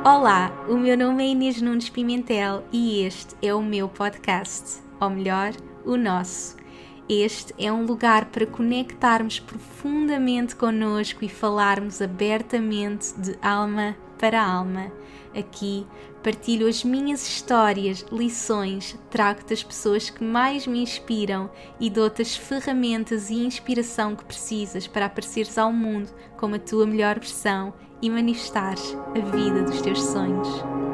Olá, o meu nome é Inês Nunes Pimentel e este é o meu podcast, ou melhor, o nosso. Este é um lugar para conectarmos profundamente connosco e falarmos abertamente de alma para alma. Aqui partilho as minhas histórias, lições, trago-te as pessoas que mais me inspiram e dou-te as ferramentas e inspiração que precisas para apareceres ao mundo como a tua melhor versão e manifestares a vida dos teus sonhos.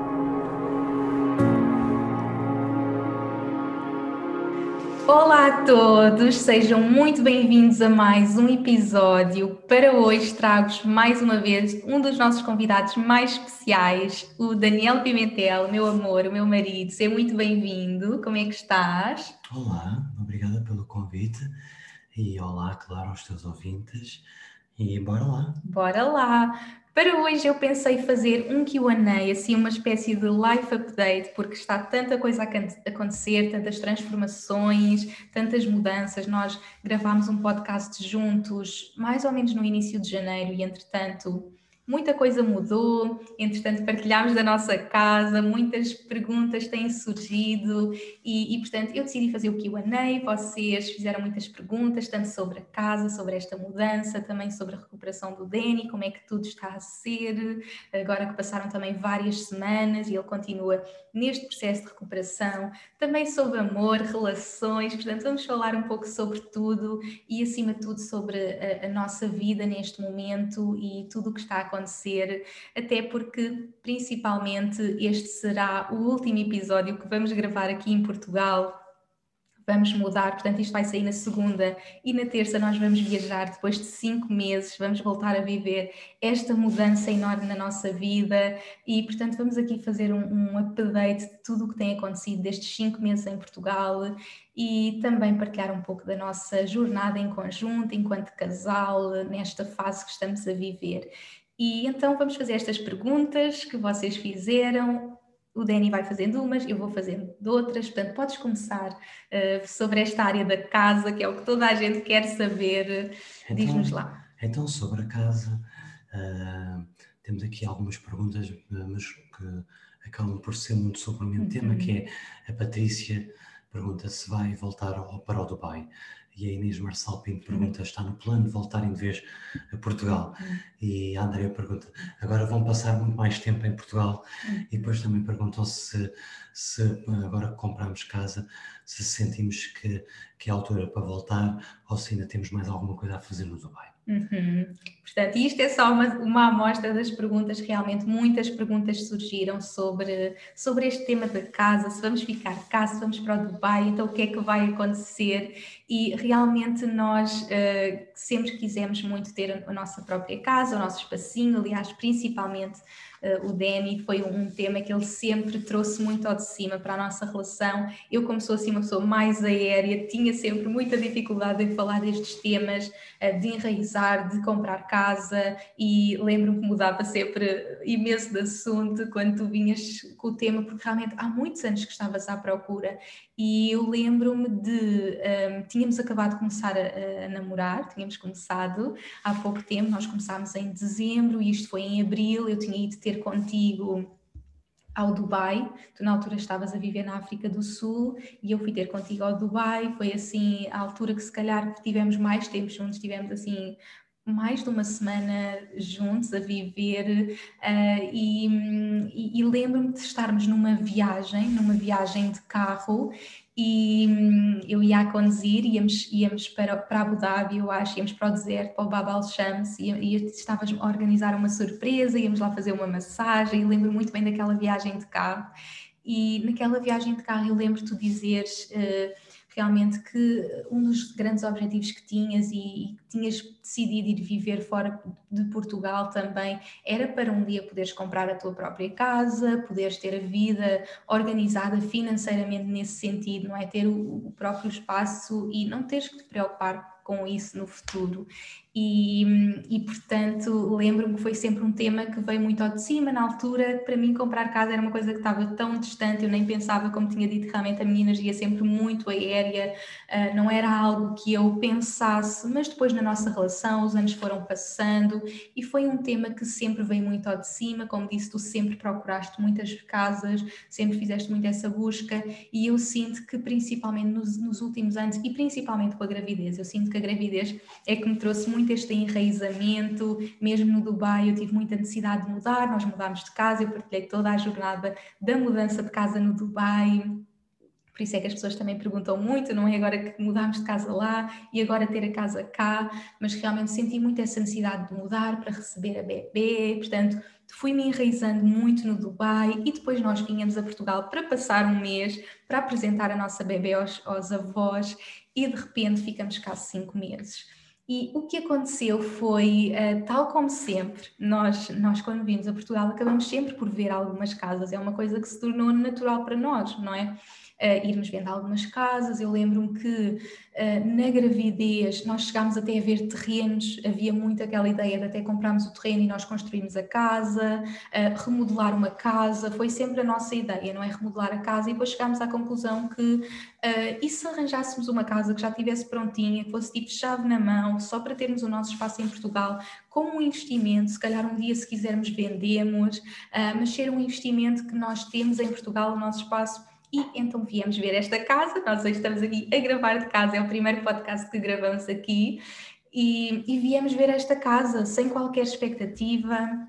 Olá a todos, sejam muito bem-vindos a mais um episódio. Para hoje trago-vos mais uma vez um dos nossos convidados mais especiais, o Daniel Pimentel, meu amor, o meu marido. Seja muito bem-vindo, como é que estás? Olá, obrigada pelo convite e olá, claro, aos teus ouvintes e bora lá. Bora lá! Para hoje eu pensei fazer um Q&A, assim uma espécie de life update, porque está tanta coisa a acontecer, tantas transformações, tantas mudanças. Nós gravámos um podcast juntos, mais ou menos no início de janeiro, e entretanto muita coisa mudou, entretanto partilhámos da nossa casa, muitas perguntas têm surgido portanto eu decidi fazer o Q&A, vocês fizeram muitas perguntas, tanto sobre a casa, sobre esta mudança, também sobre a recuperação do Danny, como é que tudo está a ser, agora que passaram também várias semanas e ele continua neste processo de recuperação, também sobre amor, relações, portanto vamos falar um pouco sobre tudo e acima de tudo sobre a nossa vida neste momento e tudo o que está a acontecer, até porque principalmente este será o último episódio que vamos gravar aqui em Portugal. Vamos mudar, portanto isto vai sair na segunda e na terça nós vamos viajar depois de 5 meses, vamos voltar a viver esta mudança enorme na nossa vida e portanto vamos aqui fazer um update de tudo o que tem acontecido destes 5 meses em Portugal e também partilhar um pouco da nossa jornada em conjunto, enquanto casal, nesta fase que estamos a viver. E então vamos fazer estas perguntas que vocês fizeram. O Danny vai fazendo umas, eu vou fazendo de outras, portanto podes começar sobre esta área da casa, que é o que toda a gente quer saber. Diz-nos lá. Então sobre a casa, temos aqui algumas perguntas, mas que acabam por ser muito sobre o mesmo tema, que é a Patrícia pergunta se vai voltar para o Dubai. E a Inês Marçal Pinto pergunta, está no plano de voltarem de vez a Portugal? E a Andrea pergunta, agora vão passar muito mais tempo em Portugal? E depois também perguntou se agora que compramos casa, se sentimos que é a altura para voltar ou se ainda temos mais alguma coisa a fazer no Dubai. Portanto, isto é só uma amostra das perguntas, realmente muitas perguntas surgiram sobre este tema da casa, se vamos ficar cá, se vamos para o Dubai, então o que é que vai acontecer e realmente nós sempre quisemos muito ter a nossa própria casa, o nosso espacinho, aliás, principalmente o Danny foi um tema que ele sempre trouxe muito ao de cima para a nossa relação. Eu, como sou assim uma pessoa mais aérea, tinha sempre muita dificuldade em falar destes temas, de enraizar, de comprar casa e lembro-me que mudava sempre imenso de assunto quando tu vinhas com o tema, porque realmente há muitos anos que estavas à procura e eu lembro-me tínhamos acabado de começar a namorar, tínhamos começado há pouco tempo, nós começámos em dezembro e isto foi em abril, eu tinha ido ter contigo ao Dubai, tu na altura estavas a viver na África do Sul e eu fui ter contigo ao Dubai, foi assim a altura que se calhar tivemos mais tempo juntos, tivemos assim mais de uma semana juntos a viver e lembro-me de estarmos numa viagem de carro e eu ia a conduzir, íamos para Abu Dhabi, eu acho, íamos para o deserto, para o Bab al-Shams e estávamos a organizar uma surpresa, íamos lá fazer uma massagem, e lembro muito bem daquela viagem de carro e naquela viagem de carro eu lembro tu dizeres realmente que um dos grandes objetivos que tinhas e tinhas decidido ir viver fora de Portugal também era para um dia poderes comprar a tua própria casa, poderes ter a vida organizada financeiramente nesse sentido, não é? Ter o próprio espaço e não teres que te preocupar com isso no futuro. E portanto, lembro-me que foi sempre um tema que veio muito ao de cima. Na altura, para mim, comprar casa era uma coisa que estava tão distante, eu nem pensava, como tinha dito, realmente a minha energia sempre muito aérea, não era algo que eu pensasse, mas depois na nossa relação, os anos foram passando e foi um tema que sempre veio muito ao de cima. Como disse, tu sempre procuraste muitas casas, sempre fizeste muito essa busca, e eu sinto que principalmente nos últimos anos, e principalmente com a gravidez, eu sinto que a gravidez é que me trouxe muito este enraizamento. Mesmo no Dubai eu tive muita necessidade de mudar, nós mudámos de casa, eu partilhei toda a jornada da mudança de casa no Dubai. Por isso é que as pessoas também perguntam muito, não é agora que mudámos de casa lá e agora ter a casa cá, mas realmente senti muito essa necessidade de mudar para receber a bebê, portanto fui-me enraizando muito no Dubai e depois nós vinhamos a Portugal para passar um mês, para apresentar a nossa bebê aos avós e de repente ficamos cá 5 meses. E o que aconteceu foi, tal como sempre, nós quando vimos a Portugal acabamos sempre por ver algumas casas, é uma coisa que se tornou natural para nós, não é? Irmos vendo algumas casas. Eu lembro-me que na gravidez nós chegámos até a ver terrenos, havia muito aquela ideia de até comprarmos o terreno e nós construímos a casa, remodelar uma casa, foi sempre a nossa ideia, não é? Remodelar a casa, e depois chegámos à conclusão que e se arranjássemos uma casa que já estivesse prontinha, que fosse tipo chave na mão, só para termos o nosso espaço em Portugal, com um investimento, se calhar um dia se quisermos vendemos, mas ser um investimento que nós temos em Portugal, o nosso espaço. E então viemos ver esta casa, nós hoje estamos aqui a gravar de casa, é o primeiro podcast que gravamos aqui, e viemos ver esta casa sem qualquer expectativa.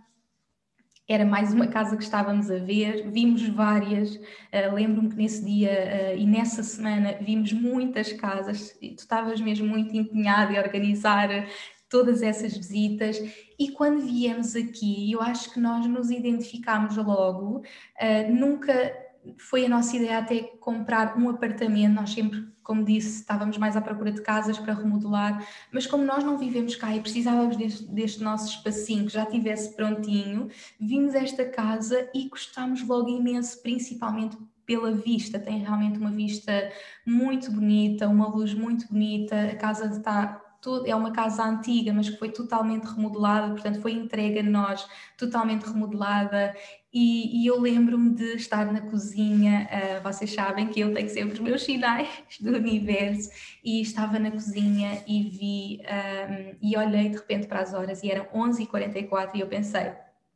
Era mais uma casa que estávamos a ver, vimos várias, lembro-me que nesse dia e nessa semana vimos muitas casas, e tu estavas mesmo muito empenhado em organizar todas essas visitas, e quando viemos aqui, eu acho que nós nos identificámos logo, nunca foi a nossa ideia até comprar um apartamento, nós sempre, como disse, estávamos mais à procura de casas para remodelar, mas como nós não vivemos cá e precisávamos deste nosso espacinho que já estivesse prontinho, vimos esta casa e gostámos logo imenso, principalmente pela vista. Tem realmente uma vista muito bonita, uma luz muito bonita, a casa está... É uma casa antiga, mas que foi totalmente remodelada, portanto foi entregue a nós totalmente remodelada. E eu lembro-me de estar na cozinha, vocês sabem que eu tenho sempre os meus sinais do universo, e estava na cozinha e vi, e olhei de repente para as horas e eram 11h44 e eu pensei,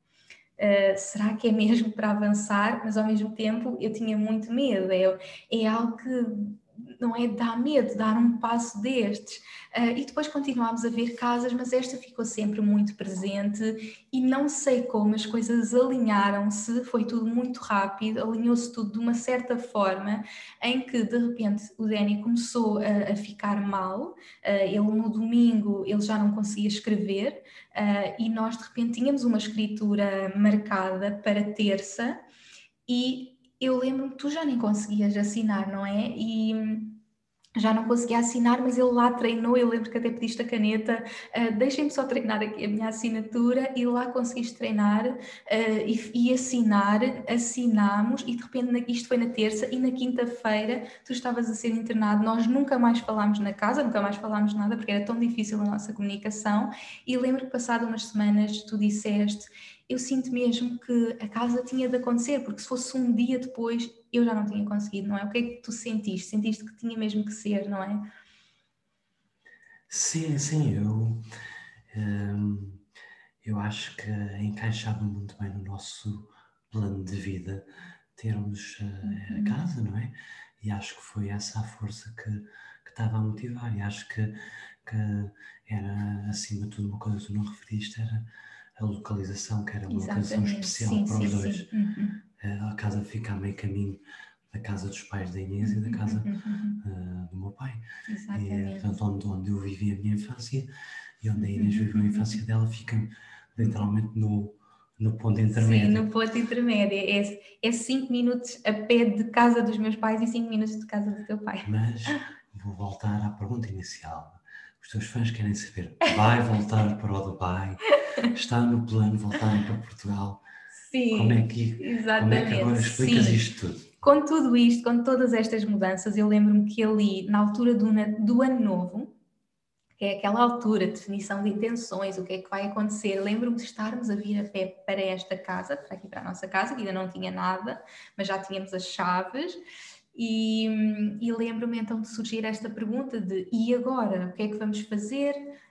será que é mesmo para avançar? Mas ao mesmo tempo eu tinha muito medo, é algo que não é, dá medo dar um passo destes, e depois continuámos a ver casas, mas esta ficou sempre muito presente e não sei como as coisas alinharam-se, foi tudo muito rápido, alinhou-se tudo de uma certa forma em que de repente o Danny começou a ficar mal, ele no domingo ele já não conseguia escrever, e nós de repente tínhamos uma escritura marcada para terça, e eu lembro-me que tu já nem conseguias assinar, não é? E já não conseguia assinar, mas ele lá treinou, eu lembro que até pediste a caneta, deixem-me só treinar aqui a minha assinatura, e lá conseguiste treinar e assinar, assinámos, e de repente isto foi na terça, e na quinta-feira tu estavas a ser internado, nós nunca mais falámos na casa, nunca mais falámos nada, porque era tão difícil a nossa comunicação, e lembro que passado umas semanas tu disseste, eu sinto mesmo que a casa tinha de acontecer, porque se fosse um dia depois eu já não tinha conseguido, não é? O que é que tu sentiste? Sentiste que tinha mesmo que ser, não é? Sim, eu acho que encaixava muito bem no nosso plano de vida termos a casa, não é? E acho que foi essa a força que estava a motivar, e acho que era, acima de tudo, uma coisa que tu não referiste, era a localização, que era uma localização especial, sim, para os dois. Sim. A casa fica a meio caminho da casa dos pais da Inês e da casa do meu pai. E, portanto, onde eu vivi a minha infância e onde a Inês viveu a infância dela, fica literalmente no ponto intermédio. Sim, no ponto intermédio. É 5 minutos a pé de casa dos meus pais e 5 minutos de casa do teu pai. Mas vou voltar à pergunta inicial. Os teus fãs querem saber, vai voltar para o Dubai? Está no plano voltar para Portugal? Sim, como é que agora explicas isto tudo? Com tudo isto, com todas estas mudanças, eu lembro-me que ali, na altura do ano novo, que é aquela altura, definição de intenções, o que é que vai acontecer. Lembro-me de estarmos a vir a pé para esta casa, para aqui para a nossa casa, que ainda não tinha nada, mas já tínhamos as chaves. E lembro-me então de surgir esta pergunta de e agora? O que é que vamos fazer?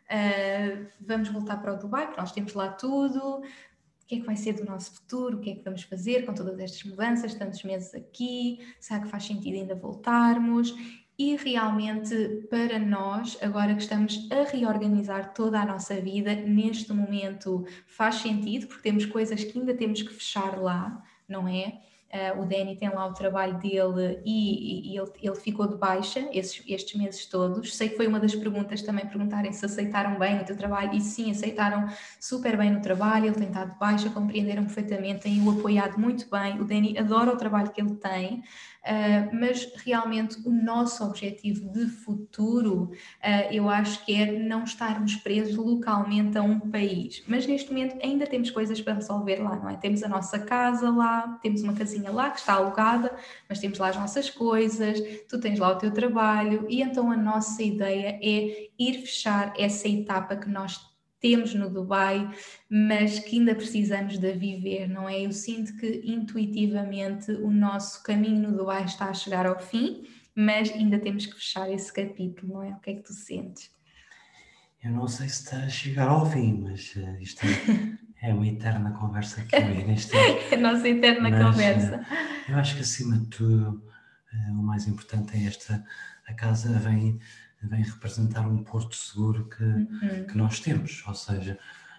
Vamos voltar para o Dubai, porque nós temos lá tudo. O que é que vai ser do nosso futuro? O que é que vamos fazer com todas estas mudanças, tantos meses aqui? Será que faz sentido ainda voltarmos? E realmente, para nós, agora que estamos a reorganizar toda a nossa vida, neste momento faz sentido, porque temos coisas que ainda temos que fechar lá, não é? O Danny tem lá o trabalho dele e ele ficou de baixa estes meses todos. Sei que foi uma das perguntas também perguntarem se aceitaram bem o teu trabalho, e sim, aceitaram super bem no trabalho. Ele tem estado de baixa, compreenderam perfeitamente, têm-o apoiado muito bem. O Danny adora o trabalho que ele tem, mas realmente o nosso objetivo de futuro, eu acho que é não estarmos presos localmente a um país. Mas neste momento ainda temos coisas para resolver lá, não é? Temos a nossa casa lá, temos uma casinha lá que está alugada, mas temos lá as nossas coisas, tu tens lá o teu trabalho, e então a nossa ideia é ir fechar essa etapa que nós temos no Dubai, mas que ainda precisamos de viver, não é? Eu sinto que intuitivamente o nosso caminho no Dubai está a chegar ao fim, mas ainda temos que fechar esse capítulo, não é? O que é que tu sentes? Eu não sei se está a chegar ao fim, mas isto é uma eterna conversa que eu e a Inês temos. A nossa eterna Mas conversa. eu acho que acima de tudo o mais importante é a casa vem representar um porto seguro que nós temos, ou seja,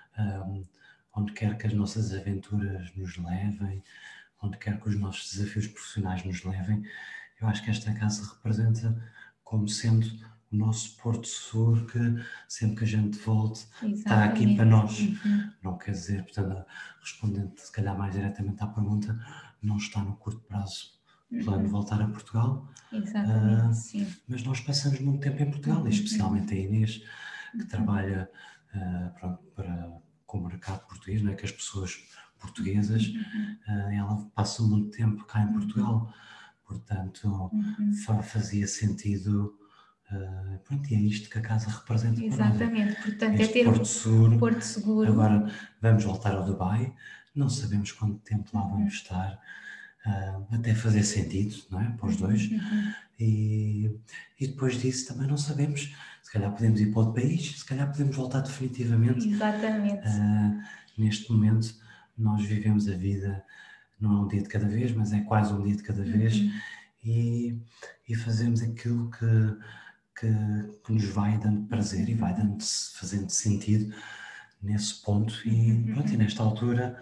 onde quer que as nossas aventuras nos levem, onde quer que os nossos desafios profissionais nos levem, eu acho que esta casa representa como sendo o nosso porto seguro, que sempre que a gente volte está aqui para nós. Não quer dizer, portanto, respondendo se calhar mais diretamente à pergunta, não está no curto prazo plano voltar a Portugal. Exatamente, sim. Mas nós passamos muito tempo em Portugal, especialmente a Inês, que trabalha com o mercado português, não é? Que as pessoas portuguesas, ela passa muito tempo cá em Portugal, portanto fazia sentido. Pronto, e é isto que a casa representa para nós. Exatamente, portanto Este é ter porto seguro. Porto Seguro. Agora vamos voltar ao Dubai, não sabemos quanto tempo lá vamos estar, até fazer sentido, não é? Para os dois. E depois disso também não sabemos, se calhar podemos ir para outro país, se calhar podemos voltar definitivamente. Exatamente. Neste momento nós vivemos a vida, não é um dia de cada vez, mas é quase um dia de cada vez, e fazemos aquilo que nos vai dando prazer e vai fazendo sentido nesse ponto. E pronto, e nesta altura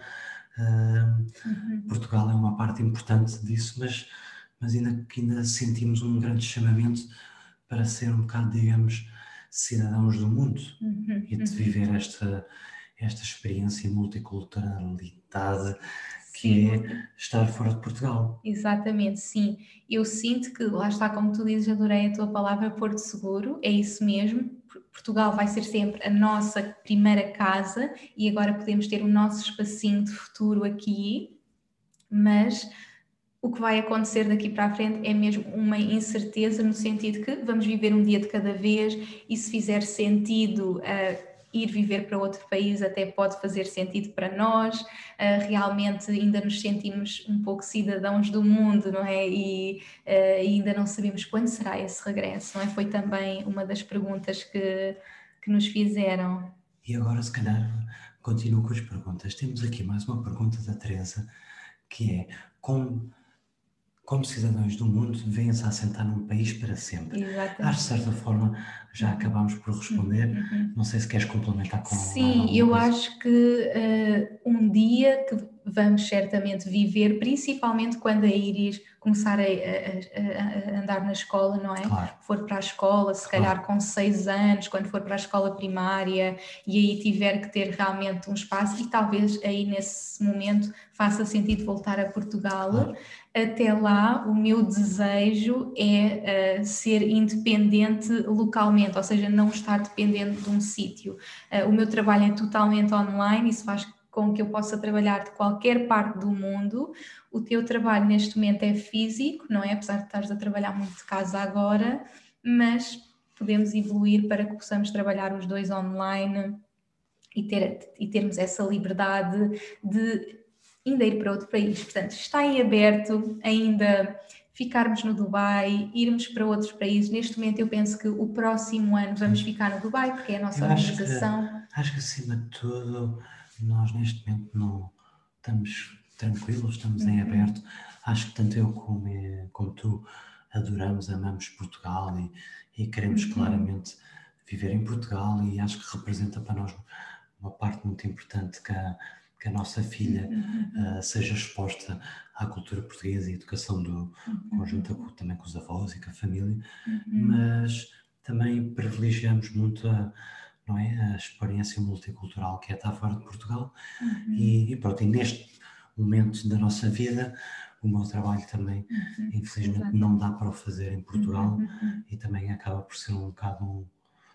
Portugal é uma parte importante disso, mas ainda sentimos um grande chamamento para ser um bocado, digamos, cidadãos do mundo e de viver esta experiência multiculturalidade que é estar fora de Portugal. Exatamente, sim. Eu sinto que, lá está, como tu dizes, adorei a tua palavra Porto Seguro, é isso mesmo. Portugal vai ser sempre a nossa primeira casa e agora podemos ter o nosso espacinho de futuro aqui, mas o que vai acontecer daqui para a frente é mesmo uma incerteza, no sentido que vamos viver um dia de cada vez, e se fizer sentido ir viver para outro país até pode fazer sentido para nós. Realmente ainda nos sentimos um pouco cidadãos do mundo, não é? E ainda não sabemos quando será esse regresso, não é? Foi também uma das perguntas que nos fizeram. E agora, se calhar, continuo com as perguntas. Temos aqui mais uma pergunta da Teresa, que é: como cidadãos do mundo, vêm-se a assentar num país para sempre? Exatamente. Acho que, de certa forma, já acabámos por responder. Não sei se queres complementar com Sim, eu coisa. acho que um dia que vamos certamente viver, principalmente quando a Iris começar a andar na escola, não é? Claro. For para a escola, se calhar com 6 anos, quando for para a escola primária, e aí tiver que ter realmente um espaço, e talvez aí nesse momento faça sentido voltar a Portugal. Claro. Até lá, o meu desejo é ser independente localmente, ou seja, não estar dependente de um sítio. O meu trabalho é totalmente online, isso faz com que eu possa trabalhar de qualquer parte do mundo. O teu trabalho neste momento é físico, não é? Apesar de estares a trabalhar muito de casa agora, mas podemos evoluir para que possamos trabalhar os dois online e termos essa liberdade de ainda ir para outro país. Portanto, está em aberto ainda ficarmos no Dubai, irmos para outros países. Neste momento eu penso que o próximo ano vamos ficar no Dubai, porque é a nossa organização. Acho que acima de tudo, nós neste momento não estamos tranquilos, estamos em aberto. Acho que tanto eu como tu amamos Portugal e queremos claramente viver em Portugal, e acho que representa para nós uma parte muito importante que a nossa filha seja exposta à cultura portuguesa e à educação conjunta também com os avós e com a família, mas também privilegiamos muito não é, a experiência multicultural que é estar fora de Portugal. E pronto, e neste momento da nossa vida, o meu trabalho também, infelizmente, não dá para o fazer em Portugal, e também acaba por ser um bocado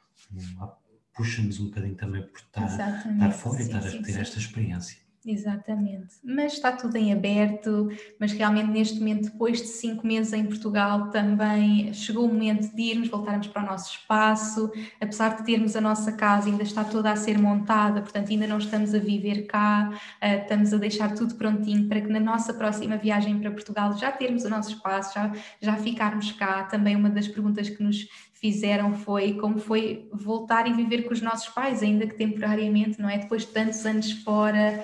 puxa-nos um bocadinho também por estar fora e estar a ter esta experiência. Exatamente, mas está tudo em aberto, mas realmente neste momento, depois de 5 meses em Portugal, também chegou o momento de irmos, voltarmos para o nosso espaço, apesar de termos a nossa casa, ainda está toda a ser montada, portanto ainda não estamos a viver cá, estamos a deixar tudo prontinho para que na nossa próxima viagem para Portugal já termos o nosso espaço, já ficarmos cá. Também uma das perguntas que nos fizeram foi como foi voltar e viver com os nossos pais, ainda que temporariamente, não é? Depois de tantos anos fora,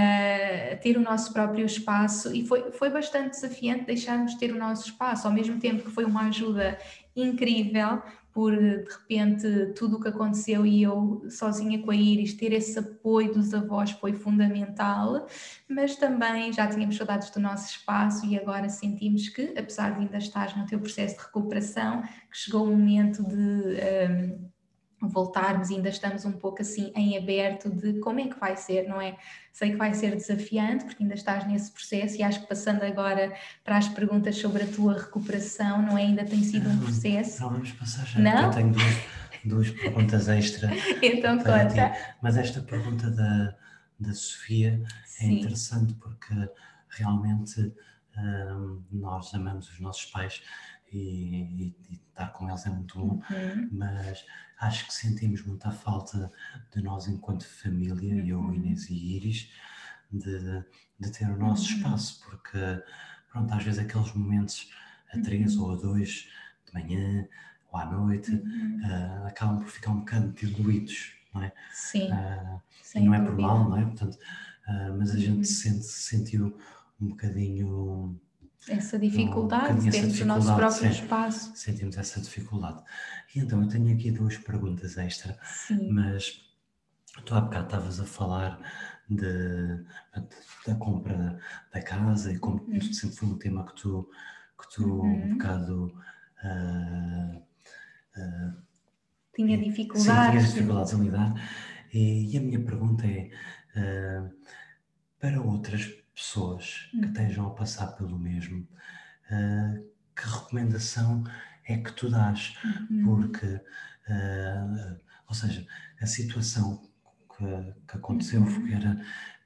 ter o nosso próprio espaço, e foi bastante desafiante deixarmos de ter o nosso espaço, ao mesmo tempo que foi uma ajuda incrível, por de repente tudo o que aconteceu e eu sozinha com a Iris, ter esse apoio dos avós foi fundamental, mas também já tínhamos saudades do nosso espaço e agora sentimos que, apesar de ainda estar no teu processo de recuperação, que chegou o momento de voltarmos, e ainda estamos um pouco assim em aberto de como é que vai ser, não é? Sei que vai ser desafiante porque ainda estás nesse processo, e acho que passando agora para as perguntas sobre a tua recuperação, não é? Ainda tem sido um processo. Não vamos passar já, não? porque eu tenho duas perguntas extra. Então conta. Mas esta pergunta da Sofia é interessante, porque realmente nós amamos os nossos pais e estar com eles é muito bom, mas acho que sentimos muita falta de nós enquanto família, eu, Inês e Iris, de ter o nosso espaço, porque pronto, às vezes aqueles momentos a 3 ou a 2 de manhã ou à noite acabam por ficar um bocado diluídos, não é? Sim, e não é por mal, não é? Portanto, mas a gente sentiu um bocadinho essa dificuldade de termos o nosso próprio espaço. Sentimos essa dificuldade. E então eu tenho aqui 2 perguntas extra, mas tu há bocado estavas a falar da compra da casa, e como sempre foi um tema que tu um bocado tinha dificuldades. Sim, tinhas dificuldades em lidar. E a minha pergunta é, para outras pessoas que estejam a passar pelo mesmo, que recomendação é que tu dás? Porque, ou seja, a situação que aconteceu foi era...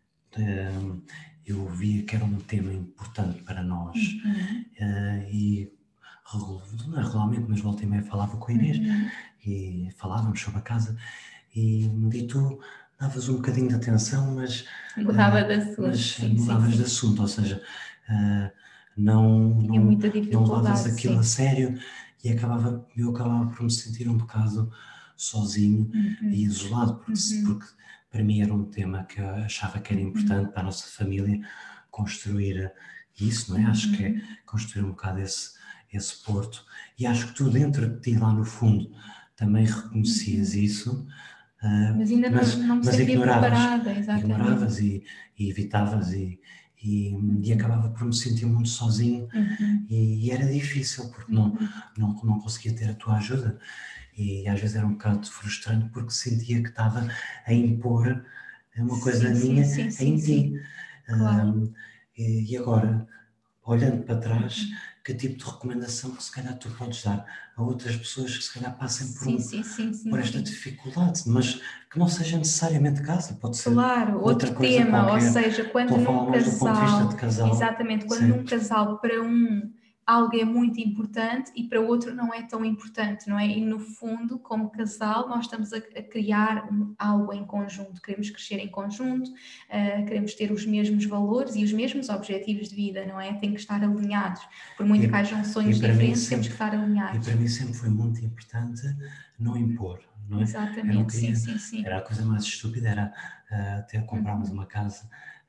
eu via que era um tema importante para nós, e não é regularmente, mas volta e meia falava com a Inês e falávamos sobre a casa, e tu davas um bocadinho de atenção, mas mudava de assunto, mudavas de assunto, ou seja, não levavas aquilo a sério, e eu acabava por me sentir um bocado sozinho e isolado, porque para mim era um tema que eu achava que era importante para a nossa família construir isso, não é? Acho que é construir um bocado esse porto, e acho que tu dentro de ti, lá no fundo, também reconhecias isso, mas ainda não me sentia preparada, ignoravas e evitavas, e acabava por me sentir muito sozinho, e era difícil porque não conseguia ter a tua ajuda, e às vezes era um bocado frustrante porque sentia que estava a impor uma coisa minha em ti. Claro. E agora, olhando para trás, que tipo de recomendação que se calhar tu podes dar a outras pessoas que se calhar passem por esta dificuldade, mas que não seja necessariamente casa, pode ser outro tema, qualquer. Ou seja, quando Estou a falar mais do ponto de vista de casal. Exatamente, quando num casal para um algo é muito importante e para outro não é tão importante, não é? E no fundo, como casal, nós estamos a criar algo em conjunto, queremos crescer em conjunto, queremos ter os mesmos valores e os mesmos objetivos de vida, não é? Tem que estar alinhados, por muito que hajam sonhos diferentes, temos que estar alinhados. E para mim sempre foi muito importante não impor, não é? Exatamente, eu não queria, sim. Era a coisa mais estúpida, era até comprarmos uma casa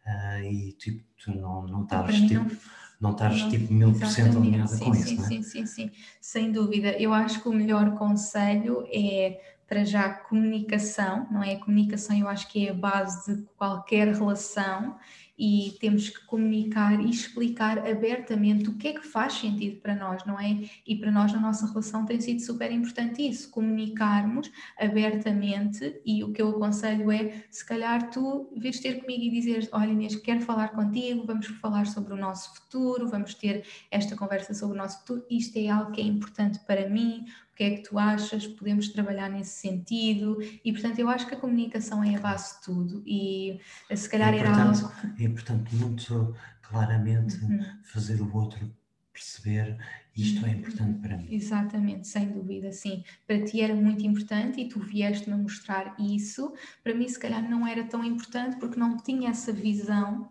e tipo, tu não estares tipo... Não estás tipo 1000% alinhada com isso, não é? Sim, sem dúvida. Eu acho que o melhor conselho é, para já, comunicação, não é? A comunicação eu acho que é a base de qualquer relação e temos que comunicar e explicar abertamente o que é que faz sentido para nós, não é? E para nós na nossa relação tem sido super importante isso, comunicarmos abertamente e o que eu aconselho é, se calhar tu vires ter comigo e dizeres, olha Inês, quero falar contigo, vamos falar sobre o nosso futuro, vamos ter esta conversa sobre o nosso futuro, isto é algo que é importante para mim, o que é que tu achas, podemos trabalhar nesse sentido e portanto eu acho que a comunicação é a base de tudo e se calhar era algo... É importante muito claramente fazer o outro perceber isto é importante para mim. Exatamente, sem dúvida, sim. Para ti era muito importante e tu vieste-me a mostrar isso. Para mim, se calhar, não era tão importante porque não tinha essa visão,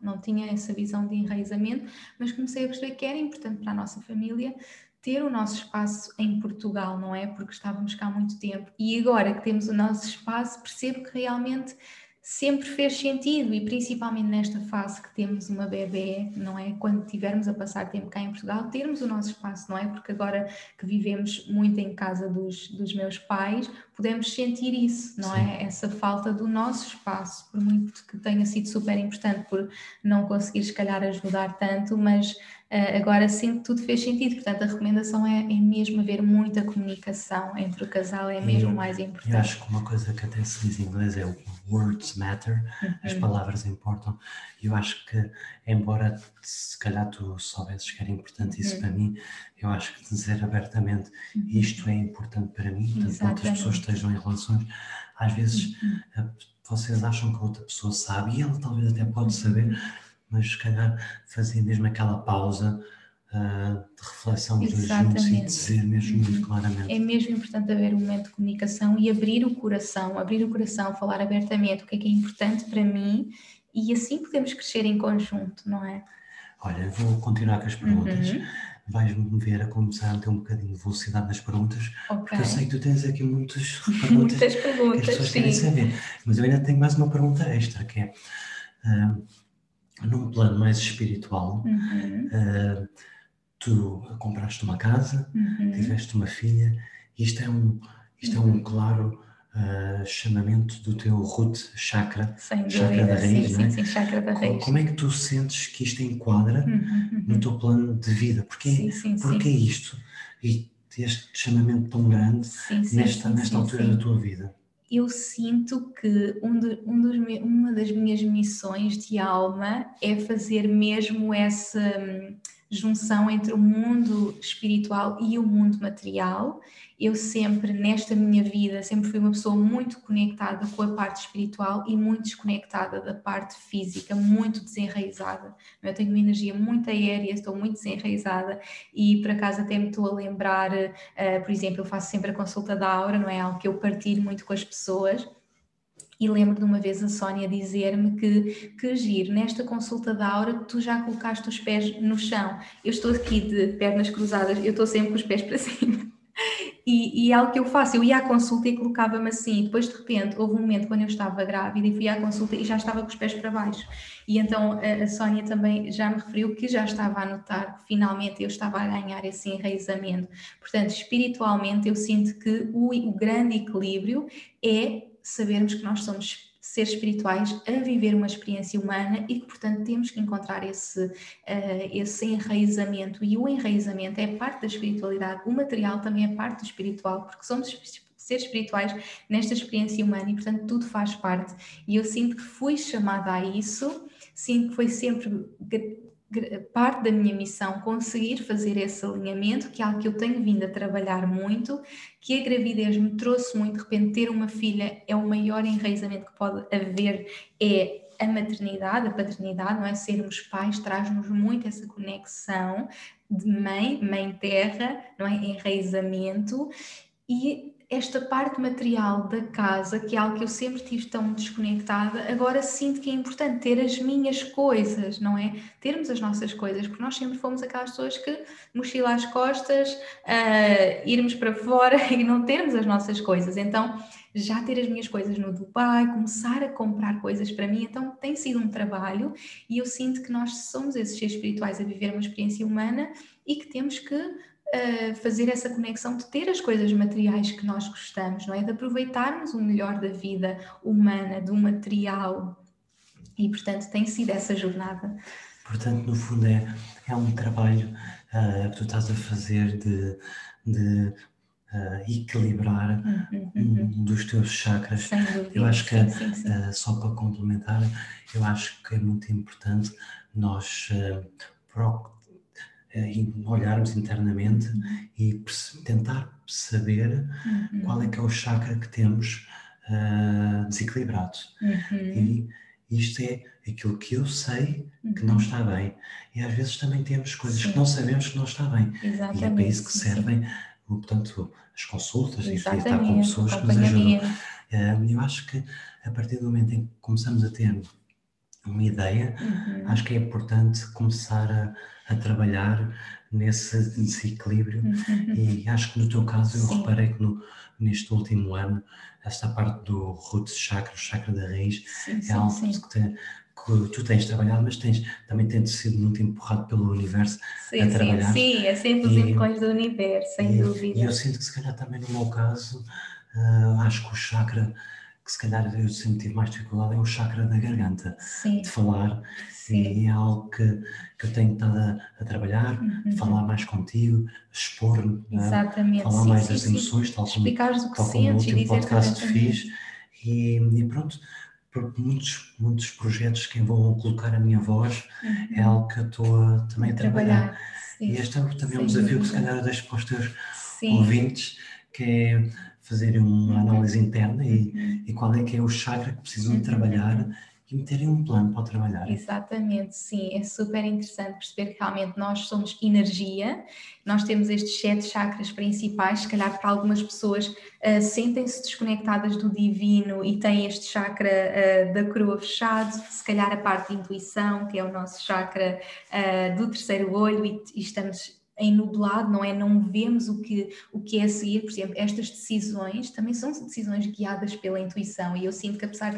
de enraizamento, mas comecei a perceber que era importante para a nossa família ter o nosso espaço em Portugal, não é? Porque estávamos cá há muito tempo. E agora que temos o nosso espaço, percebo que realmente sempre fez sentido e principalmente nesta fase que temos uma bebé, não é? Quando tivermos a passar tempo cá em Portugal, termos o nosso espaço, não é? Porque agora que vivemos muito em casa dos meus pais, podemos sentir isso, não é? Essa falta do nosso espaço, por muito que tenha sido super importante por não conseguir, se calhar, ajudar tanto, mas agora sinto que tudo fez sentido, portanto a recomendação é mesmo haver muita comunicação entre o casal, é mesmo o mais importante. Eu acho que uma coisa que até se diz em inglês é o words matter, as palavras importam, e eu acho que, embora se calhar tu soubesses que era importante isso para mim, eu acho que dizer abertamente isto é importante para mim, portanto, que outras pessoas estejam em relações, às vezes vocês acham que a outra pessoa sabe, e ela talvez até pode saber, mas se calhar fazer mesmo aquela pausa de reflexão dos dois juntos e dizer mesmo muito claramente. É mesmo importante haver um momento de comunicação e abrir o coração, falar abertamente o que é importante para mim e assim podemos crescer em conjunto, não é? Olha, vou continuar com as perguntas. Vais-me ver a começar a ter um bocadinho de velocidade nas perguntas, porque eu sei que tu tens aqui muitas perguntas que as pessoas querem saber. Mas eu ainda tenho mais uma pergunta extra, que é, num plano mais espiritual, tu compraste uma casa, tiveste uma filha, e isto é um claro chamamento do teu root chakra, chakra da raiz, não é? Sim, chakra da raiz. Como é que tu sentes que isto enquadra no teu plano de vida? Porquê isto? E este chamamento tão grande nesta altura da tua vida? Eu sinto que uma das minhas missões de alma é fazer mesmo essa junção entre o mundo espiritual e o mundo material. Eu sempre, nesta minha vida, sempre fui uma pessoa muito conectada com a parte espiritual e muito desconectada da parte física, muito desenraizada. Eu tenho uma energia muito aérea, estou muito desenraizada e, por acaso, até me estou a lembrar, por exemplo, eu faço sempre a consulta da aura, não é algo que eu partilho muito com as pessoas. E lembro de uma vez a Sónia dizer-me que giro, nesta consulta da aura tu já colocaste os pés no chão. Eu estou aqui de pernas cruzadas, eu estou sempre com os pés para cima. E é algo que eu faço, eu ia à consulta e colocava-me assim, depois de repente houve um momento quando eu estava grávida e fui à consulta e já estava com os pés para baixo. E então a Sónia também já me referiu que já estava a notar que finalmente eu estava a ganhar esse enraizamento. Portanto, espiritualmente eu sinto que o grande equilíbrio é sabermos que nós somos seres espirituais a viver uma experiência humana e que, portanto, temos que encontrar esse enraizamento. E o enraizamento é parte da espiritualidade, o material também é parte do espiritual, porque somos seres espirituais nesta experiência humana e, portanto, tudo faz parte. E eu sinto que fui chamada a isso, sinto que foi sempre parte da minha missão conseguir fazer esse alinhamento, que é algo que eu tenho vindo a trabalhar muito, que a gravidez me trouxe muito. De repente, ter uma filha é o maior enraizamento que pode haver, é a maternidade, a paternidade, não é? Sermos pais traz-nos muito essa conexão de mãe terra, não é? Enraizamento. E esta parte material da casa, que é algo que eu sempre tive tão desconectada, agora sinto que é importante ter as minhas coisas, não é? Termos as nossas coisas, porque nós sempre fomos aquelas pessoas que mochila às costas, irmos para fora e não termos as nossas coisas. Então, já ter as minhas coisas no Dubai, começar a comprar coisas para mim, então tem sido um trabalho, e eu sinto que nós somos esses seres espirituais a viver uma experiência humana e que temos que fazer essa conexão de ter as coisas materiais que nós gostamos, não é? De aproveitarmos o melhor da vida humana, do material, e portanto tem sido essa jornada. Portanto, no fundo é um trabalho que tu estás a fazer de equilibrar um dos teus chakras. Sem dúvida. Eu acho que, sim. só para complementar, eu acho que é muito importante nós olharmos internamente e tentar saber qual é que é o chakra que temos desequilibrado. E isto é aquilo que eu sei que não está bem. E às vezes também temos coisas que não sabemos que não está bem. Exatamente. E é para isso que servem, portanto, as consultas e estar com Exatamente, pessoas que nos ajudam. Eu acho que a partir do momento em que começamos a ter uma ideia, acho que é importante começar a trabalhar nesse desequilíbrio. E acho que no teu caso eu reparei que neste último ano esta parte do root chakra, o chakra da raiz, é algo que tu tens trabalhado, mas também tens sido muito empurrado pelo universo a trabalhar. Sim, é sempre os empurrões do universo, sem dúvida. E eu sinto que se calhar também no meu caso, acho que o chakra que se calhar eu sempre tive mais dificuldade é o chakra da garganta, de falar. E é algo que eu tenho estado a trabalhar, falar mais contigo, expor-me, falar mais das emoções, tal como o último podcast fiz. E pronto, por muitos projetos que envolvam colocar a minha voz, é algo que eu estou também a trabalhar. E este é também um desafio que se calhar eu deixo para os teus ouvintes, que é fazerem uma análise interna e qual é que é o chakra que precisam de trabalhar e meterem um plano para trabalhar. Exatamente, sim, é super interessante perceber que realmente nós somos energia, nós temos estes 7 chakras principais. Se calhar para algumas pessoas sentem-se desconectadas do divino e têm este chakra da coroa fechado, se calhar a parte de intuição, que é o nosso chakra do terceiro olho, e estamos enublado, não é? Não vemos o que é a seguir. Por exemplo, estas decisões também são decisões guiadas pela intuição, e eu sinto que apesar de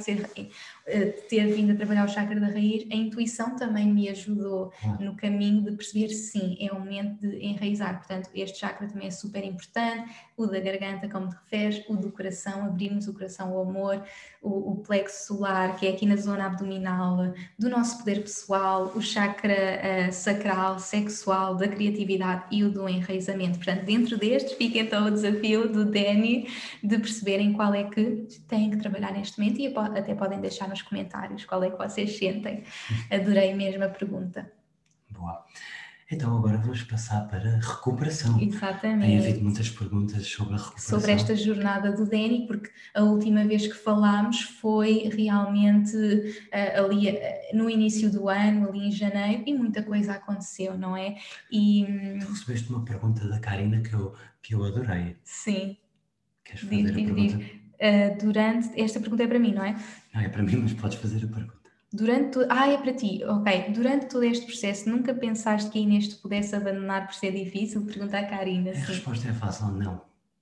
ter vindo a trabalhar o chakra da raiz, a intuição também me ajudou no caminho de perceber, sim, é o momento de enraizar. Portanto, este chakra também é super importante, o da garganta, como te referes, o do coração, abrirmos o coração ao amor, o plexo solar, que é aqui na zona abdominal, do nosso poder pessoal, o chakra sacral, sexual, da criatividade e o do enraizamento. Portanto, dentro destes fica então o desafio do Danny de perceberem qual é que têm que trabalhar neste momento, e até podem deixar nos comentários qual é que vocês sentem. Adorei mesmo a pergunta. Boa. Então agora vamos passar para a recuperação. Exatamente. Tem havido muitas perguntas sobre a recuperação. Sobre esta jornada do Danny, porque a última vez que falámos foi realmente ali no início do ano, ali em janeiro, e muita coisa aconteceu, não é? Tu recebeste uma pergunta da Karina que eu adorei. Sim. Queres fazer a pergunta? Esta pergunta é para mim, não é? Não, é para mim, mas podes fazer a pergunta. É para ti, ok. Durante todo este processo, nunca pensaste que a Inês te pudesse abandonar por ser difícil? Pergunta a Karina. A resposta é fácil, não.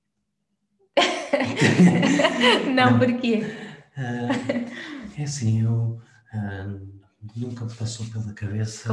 Não, porquê? É assim, eu nunca me passou pela cabeça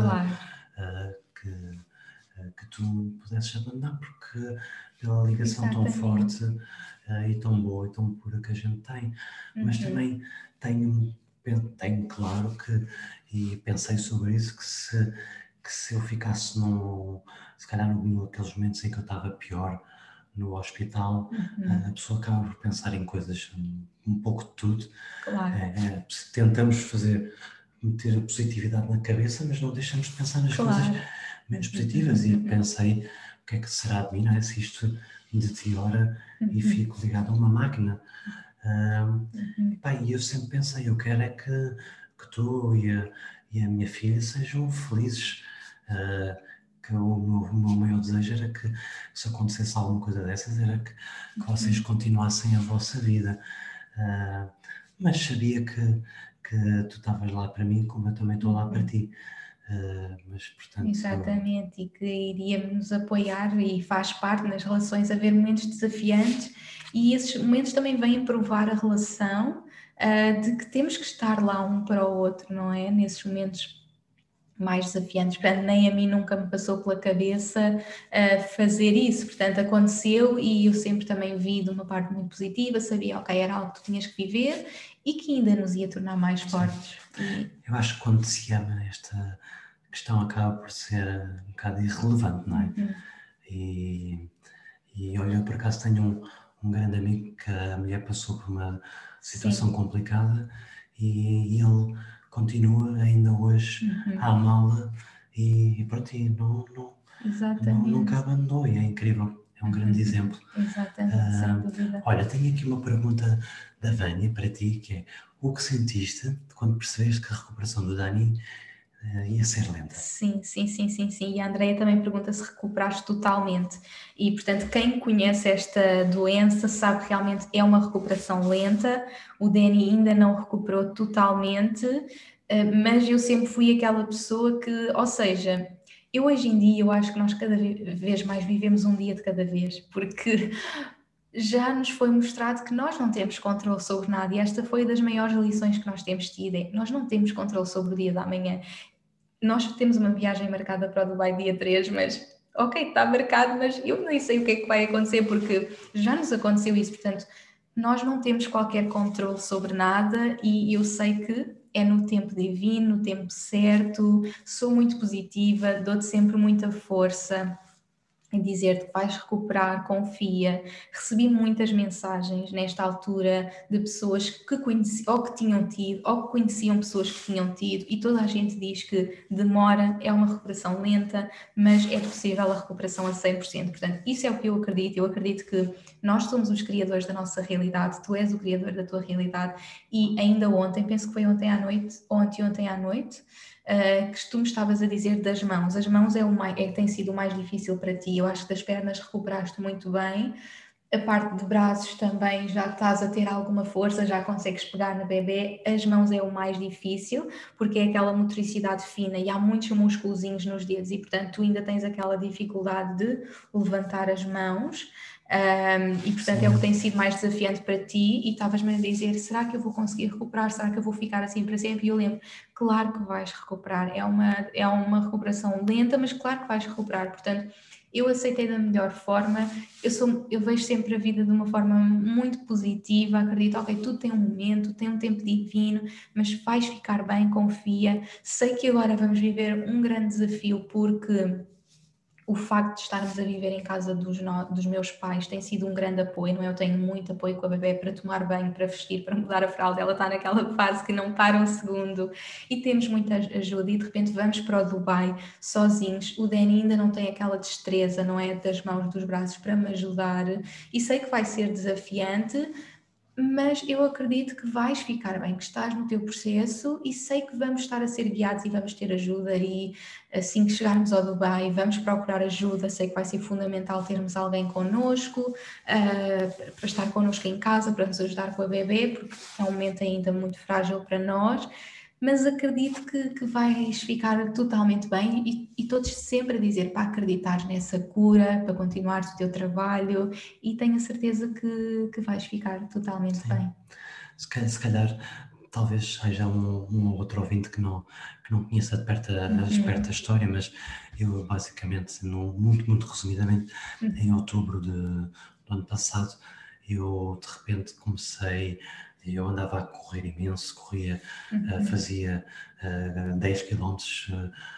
que tu pudesses abandonar, porque pela ligação tão forte e tão boa e tão pura que a gente tem. Mas também tenho claro e pensei sobre isso, que se eu ficasse se calhar naqueles momentos em que eu estava pior no hospital, a pessoa acaba por pensar em coisas um pouco de tudo. Claro. Tentamos fazer meter a positividade na cabeça, mas não deixamos de pensar nas coisas Claro. menos positivas. E pensei, o que é que será de mim, não é? Se isto deteriora e fico ligado a uma máquina. E eu sempre pensei, eu quero é que tu e a minha filha sejam felizes. Que o meu maior desejo era que, se acontecesse alguma coisa dessas, era que vocês continuassem a vossa vida. Mas sabia que tu estavas lá para mim, como eu também estou lá para ti. Mas, portanto... Exatamente, e que iríamos nos apoiar, e faz parte nas relações haver momentos desafiantes, e esses momentos também vêm provar a relação, de que temos que estar lá um para o outro, não é? Nesses momentos mais desafiantes. Portanto, nem a mim nunca me passou pela cabeça fazer isso. Portanto, aconteceu, e eu sempre também vi de uma parte muito positiva, sabia, ok, era algo que tu tinhas que viver e que ainda nos ia tornar mais fortes. Eu acho que quando se ama, esta questão acaba por ser um bocado irrelevante, não é? E olha, eu por acaso tenho um grande amigo que a mulher passou por uma situação complicada, e ele continua ainda hoje a amá-la, e pronto, e nunca abandonou, e é incrível, é um grande exemplo. Exatamente, sem dúvida. Olha, tenho aqui uma pergunta da Vânia para ti, que é: o que sentiste quando percebeste que a recuperação do Dani ia ser lenta? Sim. E a Andreia também pergunta se recuperaste totalmente. E, portanto, quem conhece esta doença sabe que realmente é uma recuperação lenta. O Dani ainda não recuperou totalmente, mas eu sempre fui aquela pessoa que, ou seja, eu hoje em dia, eu acho que nós cada vez mais vivemos um dia de cada vez, porque já nos foi mostrado que nós não temos controle sobre nada, e esta foi das maiores lições que nós temos tido. Nós não temos controle sobre o dia da manhã. Nós temos uma viagem marcada para o Dubai dia 3, mas ok, está marcado, mas eu nem sei o que é que vai acontecer, porque já nos aconteceu isso. Portanto, nós não temos qualquer controle sobre nada, e eu sei que é no tempo divino, no tempo certo. Sou muito positiva, dou-te sempre muita força em dizer-te que vais recuperar, confia. Recebi muitas mensagens nesta altura de pessoas que conheciam, ou que tinham tido, ou que conheciam pessoas que tinham tido, e toda a gente diz que demora, é uma recuperação lenta, mas é possível a recuperação a 100%. Portanto, isso é o que eu acredito. Eu acredito que nós somos os criadores da nossa realidade, tu és o criador da tua realidade. E ainda ontem, penso que foi ontem à noite, ou anteontem à noite, que tu me estavas a dizer das mãos. As mãos é que tem sido o mais difícil para ti. Eu acho que das pernas recuperaste muito bem. A parte de braços também já estás a ter alguma força, já consegues pegar no bebê. As mãos é o mais difícil, porque é aquela motricidade fina e há muitos musculozinhos nos dedos, e portanto tu ainda tens aquela dificuldade de levantar as mãos. E portanto é o que tem sido mais desafiante para ti, e estavas-me a dizer, será que eu vou conseguir recuperar? Será que eu vou ficar assim para sempre? E eu lembro, claro que vais recuperar. É uma recuperação lenta, mas claro que vais recuperar. Portanto, eu aceitei da melhor forma. Eu vejo sempre a vida de uma forma muito positiva, acredito, ok, tudo tem um momento, tem um tempo divino, mas vais ficar bem, confia. Sei que agora vamos viver um grande desafio, porque o facto de estarmos a viver em casa dos meus pais tem sido um grande apoio, não é? Eu tenho muito apoio com a bebé para tomar banho, para vestir, para mudar a fralda. Ela está naquela fase que não para um segundo, e temos muita ajuda. E de repente vamos para o Dubai sozinhos. O Danny ainda não tem aquela destreza, não é? Das mãos, dos braços para me ajudar, e sei que vai ser desafiante, mas eu acredito que vais ficar bem, que estás no teu processo, e sei que vamos estar a ser guiados e vamos ter ajuda. E assim que chegarmos ao Dubai vamos procurar ajuda. Sei que vai ser fundamental termos alguém connosco, para estar connosco em casa, para nos ajudar com a bebê, porque é um momento ainda muito frágil para nós. Mas acredito que vais ficar totalmente bem, e todos sempre a dizer para acreditar nessa cura, para continuares o teu trabalho, e tenho a certeza que vais ficar totalmente bem. Se calhar, talvez seja um ou outro ouvinte que não conheça de perto a história, mas eu basicamente, muito resumidamente, em outubro do ano passado, eu de repente eu andava a correr imenso, fazia 10 quilómetros,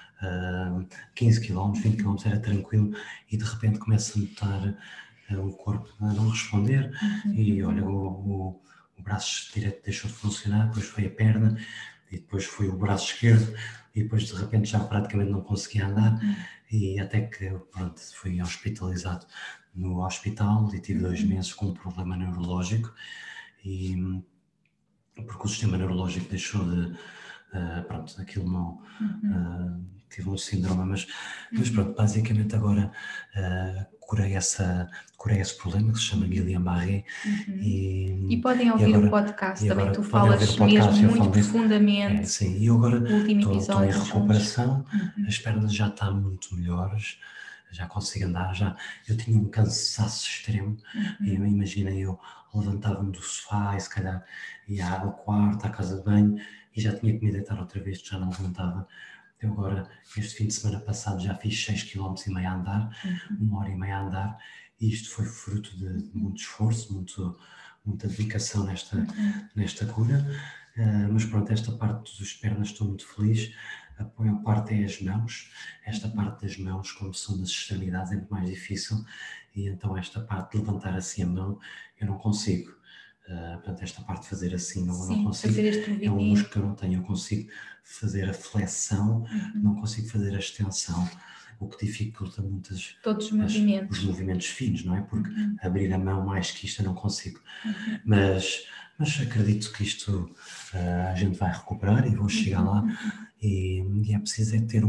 15 quilómetros, 20 quilómetros, era tranquilo, e de repente começo a notar o corpo a não responder, e olha, o braço direito deixou de funcionar, depois foi a perna, e depois foi o braço esquerdo, e depois de repente já praticamente não conseguia andar, e até que, pronto, fui hospitalizado no hospital e tive 2 meses com um problema neurológico, e porque o sistema neurológico deixou de, pronto, aquilo não, tive um síndrome, mas pronto, basicamente agora curei esse problema que se chama Guillain-Barré, E podem e ouvir o agora, podcast e também, agora tu podem ouvir falas o mesmo podcast, eu muito falo disso. profundamente. Sim, e eu agora O último estou em episódio juntos. recuperação, as pernas já estão muito melhores, já consigo andar, eu tinha um cansaço extremo, e imagina, eu levantava-me do sofá e se calhar ia ao quarto, à casa de banho, e já tinha que me deitar outra vez, que já não levantava. Eu agora, este fim de semana passado, já fiz 6,5 km a andar, 1 hora e meia a andar, e isto foi fruto de muito esforço, muita dedicação nesta cura. Mas pronto, esta parte das pernas estou muito feliz. A pior parte é as mãos. Esta parte das mãos, como são das extremidades, é muito mais difícil, e então esta parte de levantar assim a mão, eu não consigo. Portanto, esta parte de fazer assim, não consigo. Fazer este movimento. É um músculo que eu não tenho. Eu consigo fazer a flexão, não consigo fazer a extensão, o que dificulta muito todos os movimentos. Os movimentos finos, não é? Porque abrir a mão mais que isto eu não consigo. Mas acredito que isto a gente vai recuperar e vou chegar lá, e é preciso ter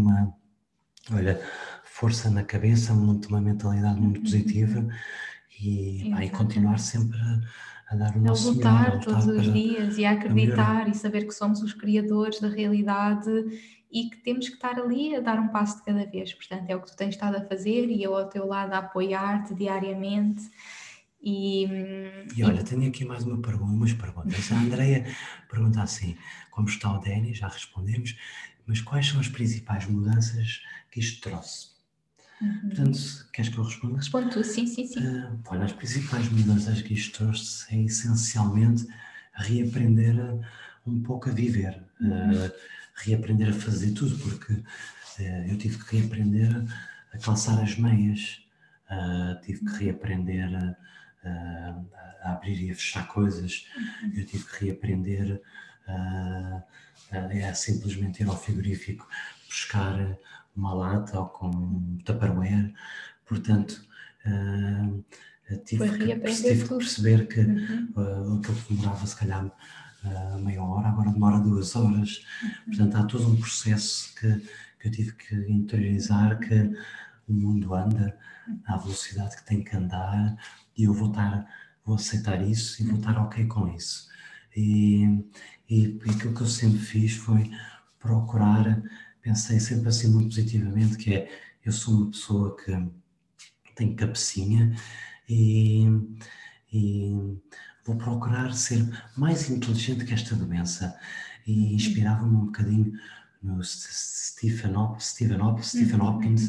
força na cabeça, uma mentalidade muito positiva, e continuar sempre a dar o nosso melhor, a lutar todos os dias e a acreditar e saber que somos os criadores da realidade e que temos que estar ali a dar um passo de cada vez. Portanto, é o que tu tens estado a fazer e eu ao teu lado a apoiar-te diariamente. E olha, tenho aqui mais umas perguntas. A Andreia pergunta assim: como está o Dani? Já respondemos, mas quais são as principais mudanças que isto trouxe? Portanto, queres que eu responda? Responde tu, sim. Olha, as principais mudanças que isto trouxe é essencialmente reaprender um pouco a viver, reaprender a fazer tudo, porque eu tive que reaprender a calçar as meias, tive que reaprender a abrir e a fechar coisas, eu tive que reaprender a simplesmente ir ao frigorífico buscar uma lata ou com um tupperware. Portanto, tive que perceber que aquilo que demorava se calhar meia hora, agora demora 2 horas. Portanto, há todo um processo que eu tive que interiorizar, que o mundo anda à velocidade que tem que andar, e eu vou aceitar isso e vou estar ok com isso. E aquilo que eu sempre fiz foi procurar, pensei sempre assim muito positivamente, que é, eu sou uma pessoa que tem cabecinha, e vou procurar ser mais inteligente que esta doença, e inspirava-me um bocadinho no Stephen Hopkins,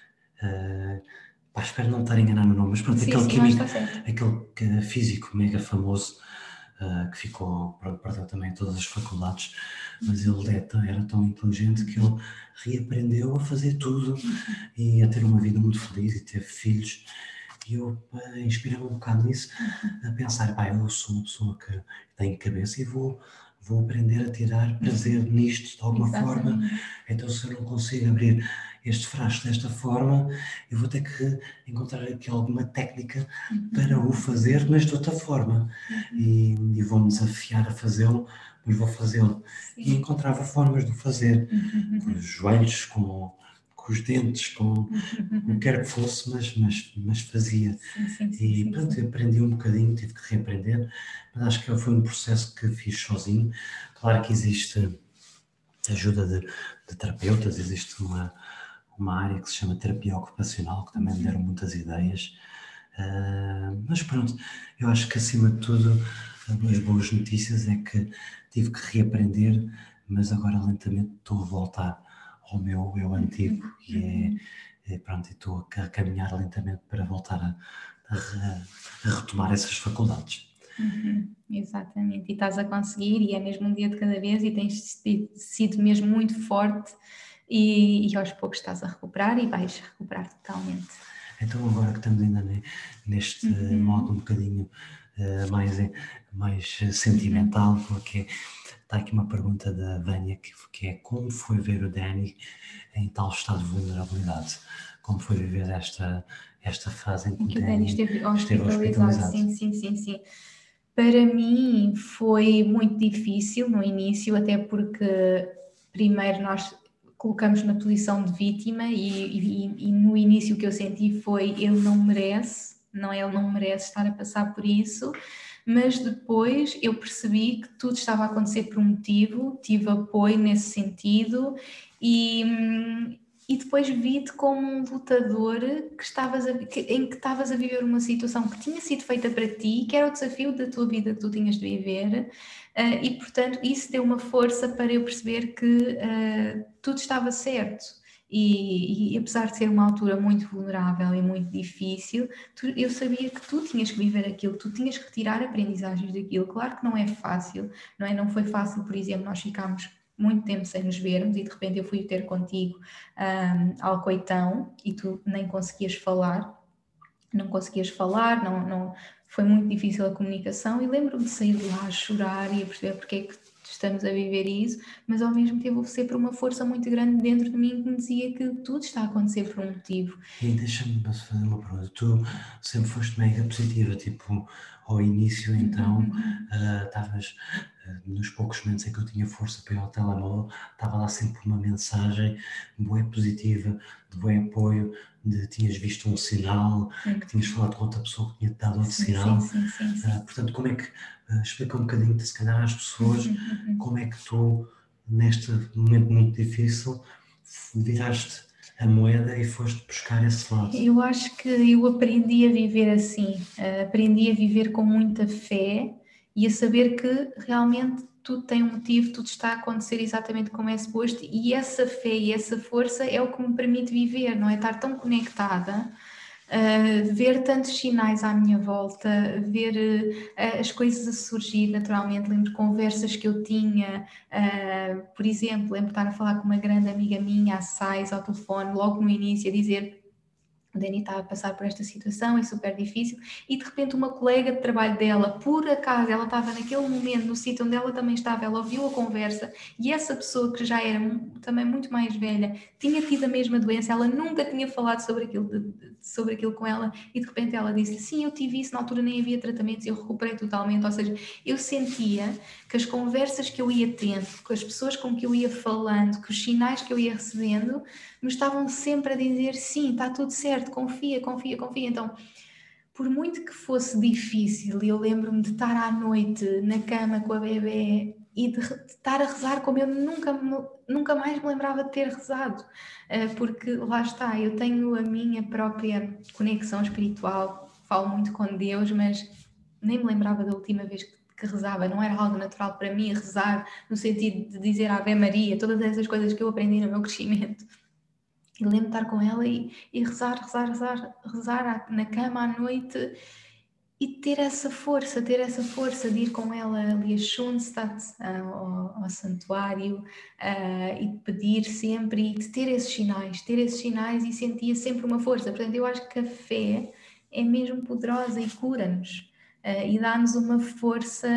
espero não estar a enganar no nome, mas pronto, aquele químico, aquele físico mega famoso, que ficou, perdeu também todas as faculdades, mas ele era tão inteligente que ele reaprendeu a fazer tudo e a ter uma vida muito feliz e ter filhos. E eu inspirei-me um bocado nisso, a pensar, eu sou uma pessoa que tem cabeça e vou aprender a tirar prazer nisto de alguma forma. Então, se eu não consigo abrir este frasco desta forma, eu vou ter que encontrar aqui alguma técnica para o fazer, mas de outra forma. E vou-me desafiar a fazê-lo, mas vou fazê-lo. E encontrava formas de o fazer, com os joelhos, com os dentes, com o que quer que fosse, mas fazia. E pronto, eu aprendi um bocadinho, tive que reaprender, mas acho que foi um processo que fiz sozinho. Claro que existe ajuda de terapeutas, existe uma área que se chama terapia ocupacional, que também me deram muitas ideias. Mas pronto, eu acho que acima de tudo as boas notícias é que tive que reaprender, mas agora lentamente estou a voltar ao meu eu antigo, e pronto, estou a caminhar lentamente para voltar a retomar essas faculdades. Exatamente, e estás a conseguir, e é mesmo um dia de cada vez, e tens sido mesmo muito forte, e aos poucos estás a recuperar e vais recuperar totalmente. Então agora que estamos ainda neste modo um bocadinho mais sentimental, porque Está aqui uma pergunta da Vânia que é como foi ver o Danny em tal estado de vulnerabilidade? Como foi viver esta fase em Em que que o o Dani Danny esteve esteve hospitalizado, hospitalizado? sim, sim, sim, sim. Para mim foi muito difícil no início, até porque primeiro nós colocamos na posição de vítima e no início o que eu senti foi ele não merece, não é? Ele não merece estar a passar por isso, mas depois eu percebi que tudo estava a acontecer por um motivo, tive apoio nesse sentido e depois vi-te como um lutador em que estavas a viver uma situação que tinha sido feita para ti, que era o desafio da tua vida que tu tinhas de viver, e portanto isso deu uma força para eu perceber que tudo estava certo. E apesar de ser uma altura muito vulnerável e muito difícil, eu sabia que tu tinhas que viver aquilo, tu tinhas que tirar aprendizagens daquilo. Claro que não é fácil, não é? Não foi fácil, por exemplo, nós ficámos muito tempo sem nos vermos e de repente eu fui ter contigo ao coitão e tu nem conseguias falar, não conseguias falar, foi muito difícil a comunicação e lembro-me de sair de lá a chorar e a perceber porque é que estamos a viver isso, mas ao mesmo tempo houve sempre uma força muito grande dentro de mim que me dizia que tudo está a acontecer por um motivo. E deixa-me fazer uma pergunta. Tu sempre foste mega positiva, tipo, ao início então, estavas nos poucos momentos em que eu tinha força para ir ao telemóvel, estava lá sempre uma mensagem bué positiva, de bué apoio, de tinhas visto um sinal, que tinhas falado com outra pessoa que tinha-te dado outro Sim, sim, sinal. sim, sim, sim. Portanto, como é que, explica um bocadinho, se calhar, às pessoas, como é que tu, neste momento muito difícil, viraste a moeda e foste buscar esse lado? Eu acho que eu aprendi a viver assim, aprendi a viver com muita fé e a saber que realmente tudo tem um motivo, tudo está a acontecer exatamente como é suposto, e essa fé e essa força é o que me permite viver, não é? Estar tão conectada, ver tantos sinais à minha volta, ver as coisas a surgir naturalmente. Lembro de conversas que eu tinha, por exemplo, lembro de estar a falar com uma grande amiga minha, a Sais, ao telefone, logo no início, a dizer: o Dani está a passar por esta situação, é super difícil, e de repente uma colega de trabalho dela, por acaso, ela estava naquele momento no sítio onde ela também estava, ela ouviu a conversa, e essa pessoa que já era também muito mais velha, tinha tido a mesma doença, ela nunca tinha falado sobre aquilo com ela, e de repente ela disse: sim, eu tive isso, na altura nem havia tratamentos, eu recuperei totalmente. Ou seja, eu sentia que as conversas que eu ia tendo, com as pessoas com que eu ia falando, que os sinais que eu ia recebendo, me estavam sempre a dizer: sim, está tudo certo, confia, confia, confia. Então, por muito que fosse difícil, eu lembro-me de estar à noite na cama com a bebê e de estar a rezar como eu nunca mais me lembrava de ter rezado, porque lá está, eu tenho a minha própria conexão espiritual, falo muito com Deus, mas nem me lembrava da última vez que rezava, não era algo natural para mim rezar, no sentido de dizer Ave Maria, todas essas coisas que eu aprendi no meu crescimento. E lembro-me de estar com ela e rezar, rezar, rezar, rezar na cama à noite e ter essa força de ir com ela ali a Schoenstatt, ao santuário, e pedir sempre e de ter esses sinais e sentia sempre uma força. Portanto, eu acho que a fé é mesmo poderosa e cura-nos, e dá-nos uma força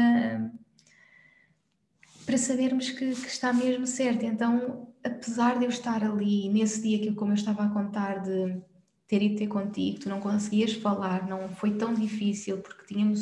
para sabermos que está mesmo certo. Então, apesar de eu estar ali nesse dia que, como eu estava a contar, de ter ido ter contigo, tu não conseguias falar, não foi tão difícil porque tínhamos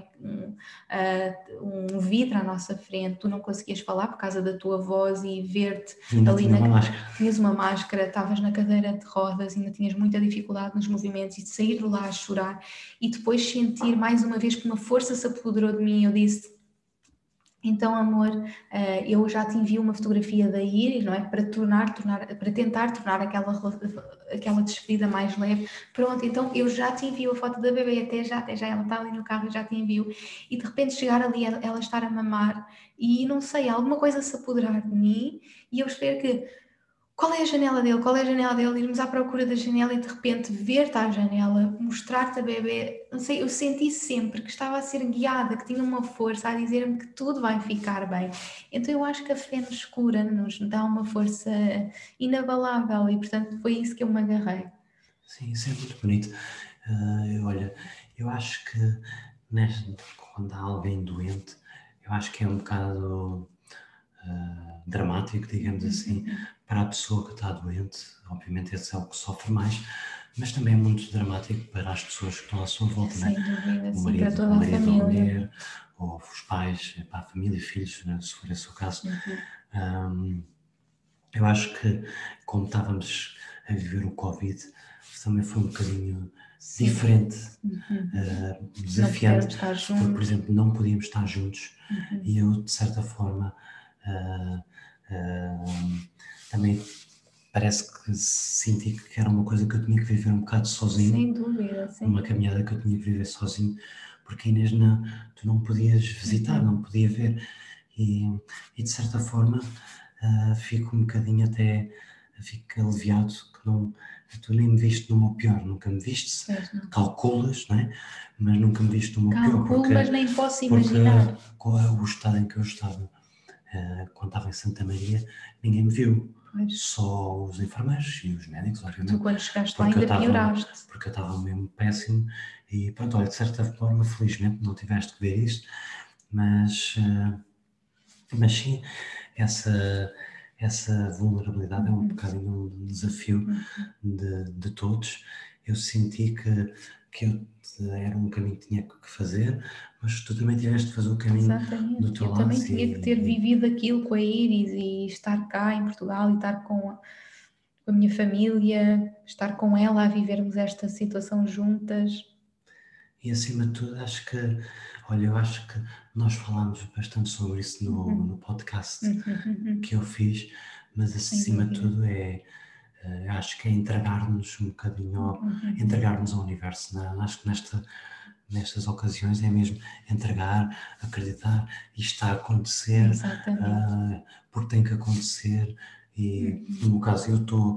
um vidro à nossa frente, tu não conseguias falar por causa da tua voz e ver-te Ainda ali tinha uma máscara. tinhas uma máscara, estavas na cadeira de rodas, ainda tinhas muita dificuldade nos movimentos e de sair de lá a chorar e depois sentir mais uma vez que uma força se apoderou de mim. Eu disse: então, amor, eu já te envio uma fotografia da Iris, não é? Para tentar tornar aquela despedida mais leve. Pronto, então eu já te envio a foto da bebê, até já, ela está ali no carro e já te envio. E de repente chegar ali, ela estar a mamar e não sei, alguma coisa se apoderar de mim e eu espero que qual é a janela dele? Qual é a janela dele? Irmos à procura da janela e de repente ver-te à janela, mostrar-te a bebê. Não sei, eu senti sempre que estava a ser guiada, que tinha uma força a dizer-me que tudo vai ficar bem. Então eu acho que a fé nos cura, nos dá uma força inabalável e portanto foi isso que eu me agarrei. Sim, isso é muito bonito. Olha, eu acho que quando há alguém doente, eu acho que é um bocado dramático, digamos assim, para a pessoa que está doente. Obviamente esse é o que sofre mais, mas também é muito dramático para as pessoas que estão à sua volta, né? Sem dúvida, O sim, para marido, toda a ou a família. mulher, ou os pais, para a família e filhos, né, se for esse o caso. Um, eu acho que, como estávamos a viver o Covid, também foi um bocadinho Sim. diferente, Não desafiante, pudermos estar porque, por juntos. exemplo, não podíamos estar juntos e eu, de certa forma, ah, ah, também parece que senti que era uma coisa que eu tinha que viver um bocado sozinho, Sem dúvida, uma sim. caminhada que eu tinha que viver sozinho, porque a Inês não, tu não podias visitar, não podia ver, e de certa forma fico um bocadinho até, fico aliviado que não, tu nem me viste no meu pior, nunca me viste, Pois não. calculas, não é? Mas nunca me viste no meu pior, Calculo, mas nem posso porque imaginar. com o estado em que eu estava, quando estava em Santa Maria, ninguém me viu. Pois. Só os enfermeiros e os médicos, Tu obviamente, quando chegaste lá ainda pioraste. porque eu estava mesmo péssimo e pronto, olha, de certa forma, felizmente não tiveste que ver isso, mas, mas sim, essa vulnerabilidade é um bocadinho um desafio de todos. Eu senti que eu era um caminho que tinha que fazer, mas tu também tiveste de fazer o caminho do Exatamente. teu Eu lado também tinha que ter vivido aquilo com a Iris e estar cá em Portugal e estar com a minha família, estar com ela a vivermos esta situação juntas. e acima de tudo, acho que, olha, eu acho que nós falámos bastante sobre isso no podcast que eu fiz, mas Sem acima de dúvida. tudo acho que é entregar-nos um bocadinho, entregar-nos ao universo, né? Acho que nestas ocasiões é mesmo entregar, acreditar, isto está a acontecer, Exatamente. porque tem que acontecer, e no meu caso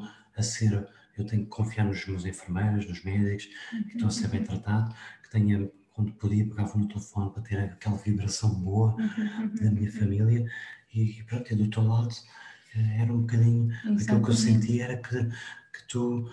eu tenho que confiar nos meus enfermeiros, nos médicos, que estou a ser bem tratado, que tenha, quando podia, pegava no telefone para ter aquela vibração boa da minha família, e pronto, e do teu lado era um bocadinho, aquilo que eu Exatamente. sentia era que tu,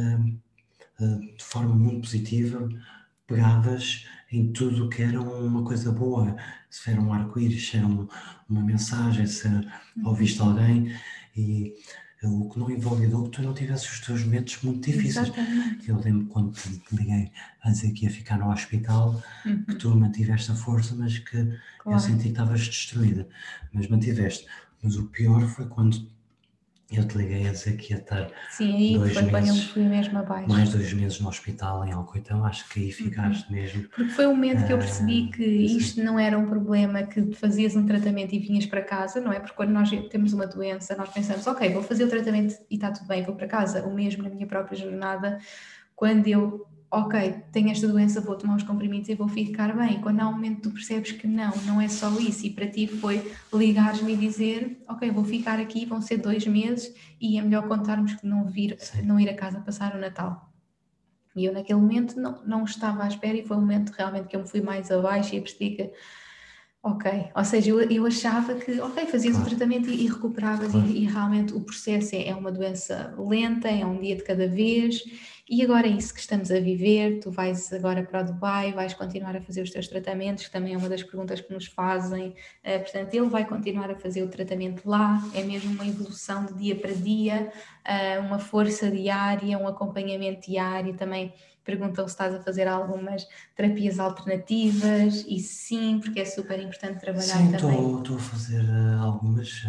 de forma muito positiva, pegavas em tudo o que era uma coisa boa, se era um arco-íris, se era uma mensagem, se ouviste alguém, e o que não invalidou que tu não tivesses os teus momentos muito difíceis. Exatamente. Eu lembro quando te liguei a dizer que ia ficar no hospital, que tu mantiveste a força, mas que eu Claro. senti que estavas destruída, mas mantiveste. Mas o pior foi quando eu te liguei a dizer que ia estar Sim, aí 2 foi quando eu me meses, fui mesmo abaixo. mais 2 meses no hospital em Alcoitão, acho que aí ficaste mesmo. Porque foi o momento que eu percebi que Sim, isto não era um problema que fazias um tratamento e vinhas para casa, não é? Porque quando nós temos uma doença, nós pensamos, ok, vou fazer o tratamento e está tudo bem, vou para casa. O mesmo na minha própria jornada, quando eu, ok, tenho esta doença, vou tomar os comprimidos e vou ficar bem. Quando há um momento tu percebes que não é só isso, e para ti foi ligares-me e dizer, ok, vou ficar aqui, vão ser 2 meses e é melhor contarmos que não ir a casa passar o Natal. E eu naquele momento não estava à espera e foi o momento realmente que eu me fui mais abaixo e percebi que, ok, ou seja, eu achava que, ok, fazias o tratamento e recuperavas e realmente o processo é uma doença lenta, é um dia de cada vez e agora é isso que estamos a viver, tu vais agora para o Dubai, vais continuar a fazer os teus tratamentos, que também é uma das perguntas que nos fazem, portanto ele vai continuar a fazer o tratamento lá, é mesmo uma evolução de dia para dia, uma força diária, um acompanhamento diário, também perguntam se estás a fazer algumas terapias alternativas e sim, porque é super importante trabalhar sim, também. estou a fazer algumas.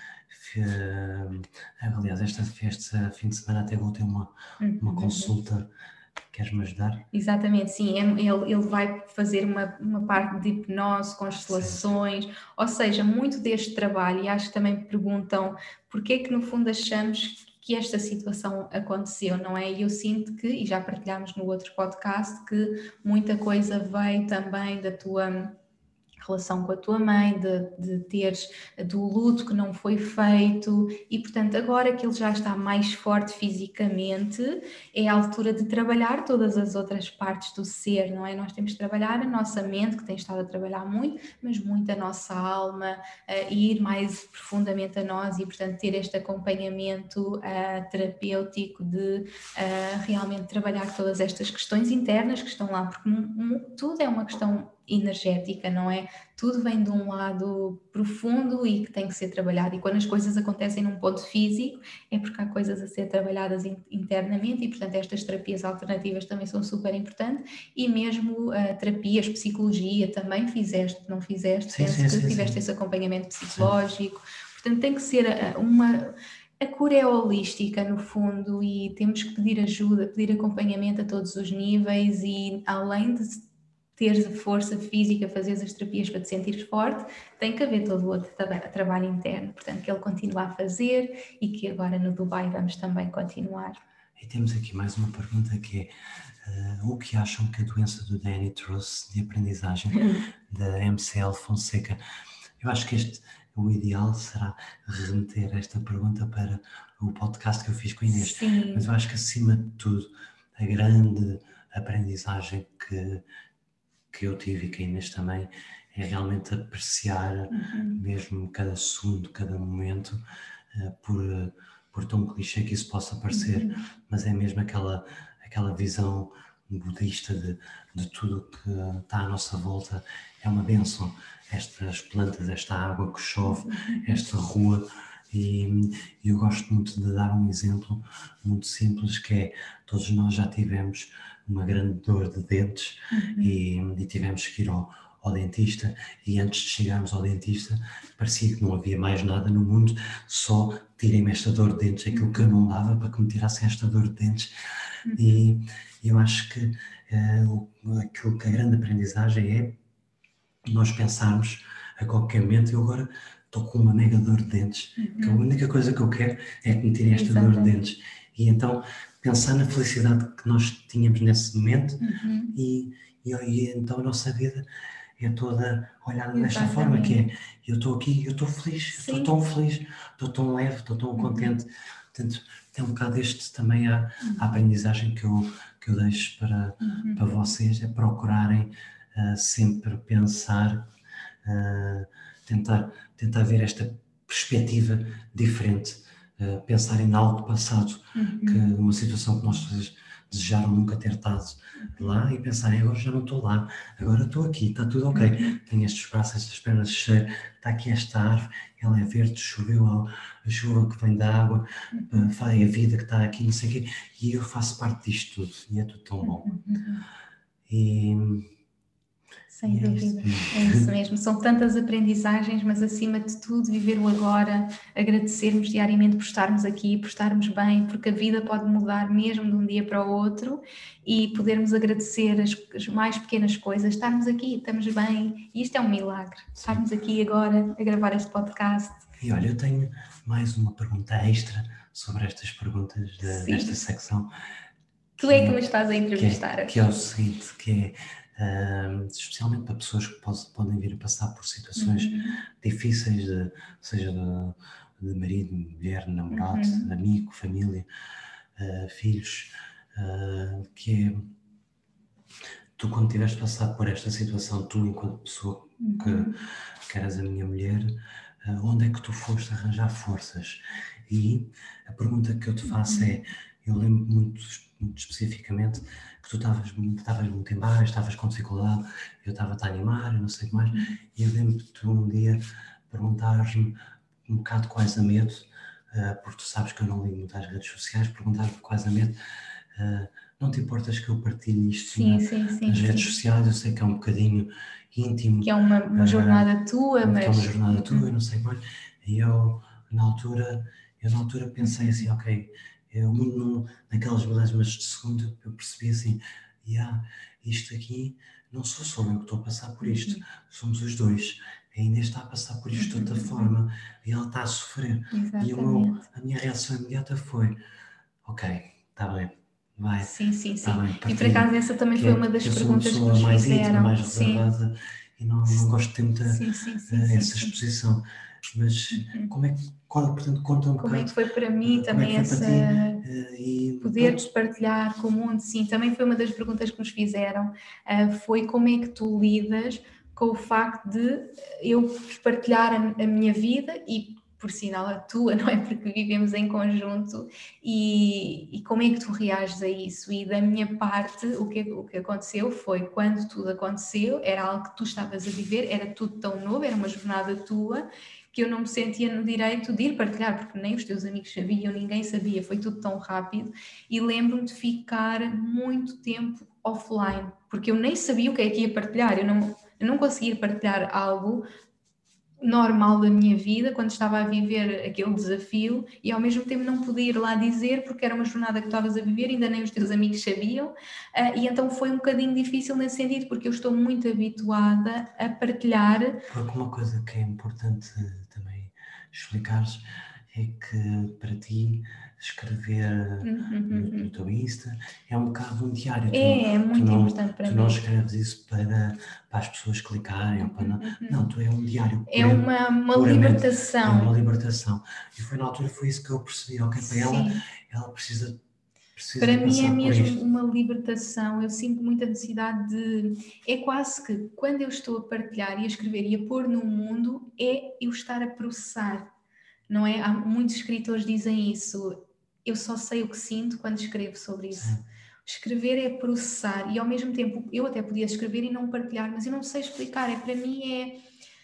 Aliás, este fim de semana até vou ter uma consulta. Queres-me ajudar? Exatamente, sim, ele vai fazer uma parte de hipnose, constelações, ou seja, muito deste trabalho, e acho que também perguntam porque é que no fundo achamos que esta situação aconteceu, não é? E eu sinto que, e já partilhámos no outro podcast, que muita coisa veio também da tua relação com a tua mãe, de teres do luto que não foi feito e portanto agora que ele já está mais forte fisicamente é a altura de trabalhar todas as outras partes do ser, não é? Nós temos de trabalhar a nossa mente que tem estado a trabalhar muito, mas muito a nossa alma, ir mais profundamente a nós e portanto ter este acompanhamento terapêutico de realmente trabalhar todas estas questões internas que estão lá, porque tudo é uma questão energética, não é? Tudo vem de um lado profundo e que tem que ser trabalhado. E quando as coisas acontecem num ponto físico, é porque há coisas a ser trabalhadas internamente e, portanto, estas terapias alternativas também são super importantes. E mesmo terapias, psicologia, também fizeste, não fizeste? Sim, Penso sim, que sim, tiveste sim. esse acompanhamento Sim. psicológico. Portanto, tem que ser a cura é holística, no fundo, e temos que pedir ajuda, pedir acompanhamento a todos os níveis e, além de teres a força física, fazeres as terapias para te sentires forte, tem que haver todo o outro trabalho interno, portanto, que ele continua a fazer e que agora no Dubai vamos também continuar. E temos aqui mais uma pergunta que é o que acham que a doença do Danny trouxe de aprendizagem da MCL Fonseca? Eu acho que o ideal será remeter esta pergunta para o podcast que eu fiz com a Inês. Sim. Mas eu acho que, acima de tudo, a grande aprendizagem que eu tive e que a Inês também é realmente apreciar mesmo cada segundo, cada momento, por tão clichê que isso possa parecer, mas é mesmo aquela visão budista de tudo que está à nossa volta é uma bênção. Estas plantas, esta água que chove, esta rua. E eu gosto muito de dar um exemplo muito simples, que é, todos nós já tivemos uma grande dor de dentes e tivemos que ir ao dentista, e antes de chegarmos ao dentista parecia que não havia mais nada no mundo, só tirem-me esta dor de dentes, aquilo que eu não dava para que me tirassem esta dor de dentes. E eu acho que aquilo que a grande aprendizagem é nós pensarmos a qualquer momento, eu agora estou com uma mega dor de dentes, que a única coisa que eu quero é que me tirem esta dor de dentes. E então pensar na felicidade que nós tínhamos nesse momento e então a nossa vida é toda olhada desta forma, que é, eu estou aqui, eu estou feliz, estou tão feliz, estou tão leve, estou tão contente. Portanto, é um bocado também a aprendizagem que eu deixo para vocês, é procurarem sempre pensar, tentar ver esta perspectiva diferente, pensar em algo passado, que uma situação que nós desejaram nunca ter estado lá, e pensarem, agora já não estou lá, agora estou aqui, está tudo ok, tenho estes braços, estas pernas cheias, está aqui esta árvore, ela é verde, choveu a chuva que vem da água, a vida que está aqui, não sei o quê, e eu faço parte disto tudo, e é tudo tão bom. Sem dúvida, é isso mesmo. São tantas aprendizagens, mas acima de tudo viver o agora, agradecermos diariamente por estarmos aqui, por estarmos bem, porque a vida pode mudar mesmo de um dia para o outro, e podermos agradecer as mais pequenas coisas, estarmos aqui, estamos bem, e isto é um milagre. Estarmos aqui agora a gravar este podcast. E olha, eu tenho mais uma pergunta extra sobre estas perguntas desta secção. Tu é que me estás a entrevistar. Que é o seguinte, que é especialmente para pessoas que podem vir a passar por situações difíceis, seja de marido, mulher, namorado, amigo, família, filhos, que é, tu quando tiveste passado por esta situação, tu enquanto pessoa que eras a minha mulher, onde é que tu foste arranjar forças? E a pergunta que eu te faço é, eu lembro muito especificamente que tu estavas muito em baixo, estavas com dificuldade, eu estava-te a animar, eu não sei o que mais, e eu lembro que tu um dia perguntares-me um bocado quase a medo, porque tu sabes que eu não ligo muito às redes sociais, perguntar-me quase a medo, não te importas que eu partilhe isto nas redes sociais? Eu sei que é um bocadinho íntimo. Que é uma jornada tua, mas... Que é uma jornada tua, eu não sei mais. E eu na altura pensei assim, ok, naquelas milésimas de segundo eu percebi assim, isto aqui não sou só eu que estou a passar por isto, somos os dois. A Inês está a passar por isto de outra forma e ela está a sofrer. Exatamente. E a minha reação imediata foi, ok, está bem. Vai. Sim. Tá bem, E por acaso essa também foi uma das perguntas que nos mais fizeram. Íntima, mais reservada, e não gosto de ter muita essa exposição. Mas portanto, conta um como é que foi para mim também essa... poderes partilhar com o mundo, sim, também foi uma das perguntas que nos fizeram, foi como é que tu lidas com o facto de eu partilhar a minha vida e por sinal a tua, não é? Porque vivemos em conjunto, e como é que tu reages a isso? E da minha parte, o que aconteceu foi, quando tudo aconteceu, era algo que tu estavas a viver, era tudo tão novo, era uma jornada tua, que eu não me sentia no direito de ir partilhar, porque nem os teus amigos sabiam, ninguém sabia, foi tudo tão rápido, e lembro-me de ficar muito tempo offline, porque eu nem sabia o que é que ia partilhar, eu não conseguia partilhar algo normal da minha vida, quando estava a viver aquele desafio, e ao mesmo tempo não podia ir lá dizer, porque era uma jornada que tu estavas a viver, ainda nem os teus amigos sabiam, e então foi um bocadinho difícil nesse sentido, porque eu estou muito habituada a partilhar. Porque uma coisa que é importante também explicares é que para ti escrever no teu Insta é um bocado um diário. É muito importante para tu mim. não escreves isso para as pessoas clicarem, ou para não, tu é um diário. É uma libertação. É uma libertação. E foi na altura, foi isso que eu percebi. Ok, para ela precisa para mim é mesmo isto. uma libertação, eu sinto muita necessidade é quase que quando eu estou a partilhar e a escrever e a pôr no mundo, é eu estar a processar, não é? Muitos escritores dizem isso, eu só sei o que sinto quando escrevo sobre isso. Sim. Escrever é processar, e ao mesmo tempo eu até podia escrever e não partilhar, mas eu não sei explicar, para mim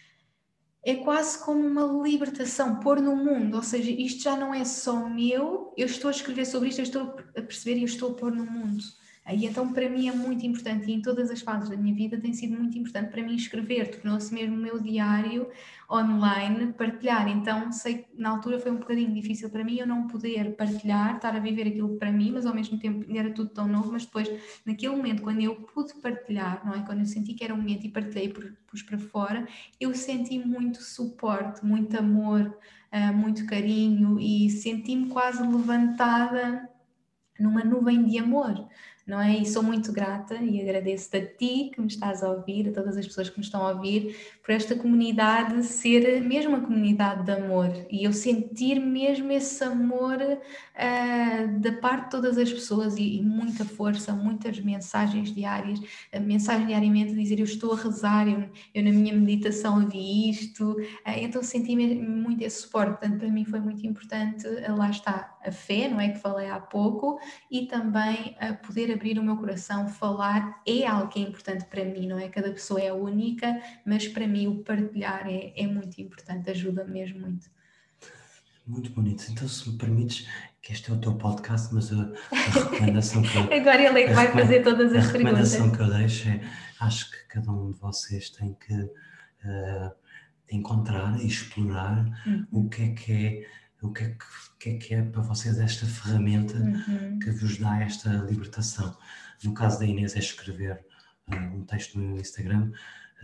é quase como uma libertação, pôr no mundo, ou seja, isto já não é só meu, eu estou a escrever sobre isto, eu estou a perceber e eu estou a pôr no mundo. E então para mim é muito importante, e em todas as fases da minha vida tem sido muito importante para mim escrever, tornou-se mesmo o meu diário online, partilhar. Então sei que na altura foi um bocadinho difícil para mim eu não poder partilhar, estar a viver aquilo para mim, mas ao mesmo tempo era tudo tão novo, mas depois naquele momento quando eu pude partilhar, não é? Quando eu senti que era o momento e partilhei, pus para fora, eu senti muito suporte, muito amor, muito carinho, e senti-me quase levantada numa nuvem de amor, não é? E sou muito grata e agradeço-te a ti que me estás a ouvir, a todas as pessoas que me estão a ouvir, por esta comunidade ser mesmo uma comunidade de amor, e eu sentir mesmo esse amor da parte de todas as pessoas, e muita força, muitas mensagens diárias, mensagem diariamente a dizer eu estou a rezar, eu na minha meditação vi isto, então senti muito esse suporte. Portanto para mim foi muito importante, lá está, a fé, não é, que falei há pouco, e também a poder abrir o meu coração, falar é algo que é importante para mim, não é? Cada pessoa é única, mas para mim o partilhar é muito importante, ajuda mesmo muito. Muito bonito. Então, se me permites, que este é o teu podcast, mas a recomendação que eu... Agora ele é que vai fazer todas as perguntas. A recomendação que eu deixo é, acho que cada um de vocês tem que encontrar e explorar o que é para vocês esta ferramenta que vos dá esta libertação. No caso da Inês é escrever um texto no Instagram,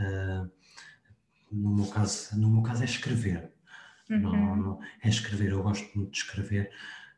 no meu caso é escrever. Não, é escrever, eu gosto muito de escrever.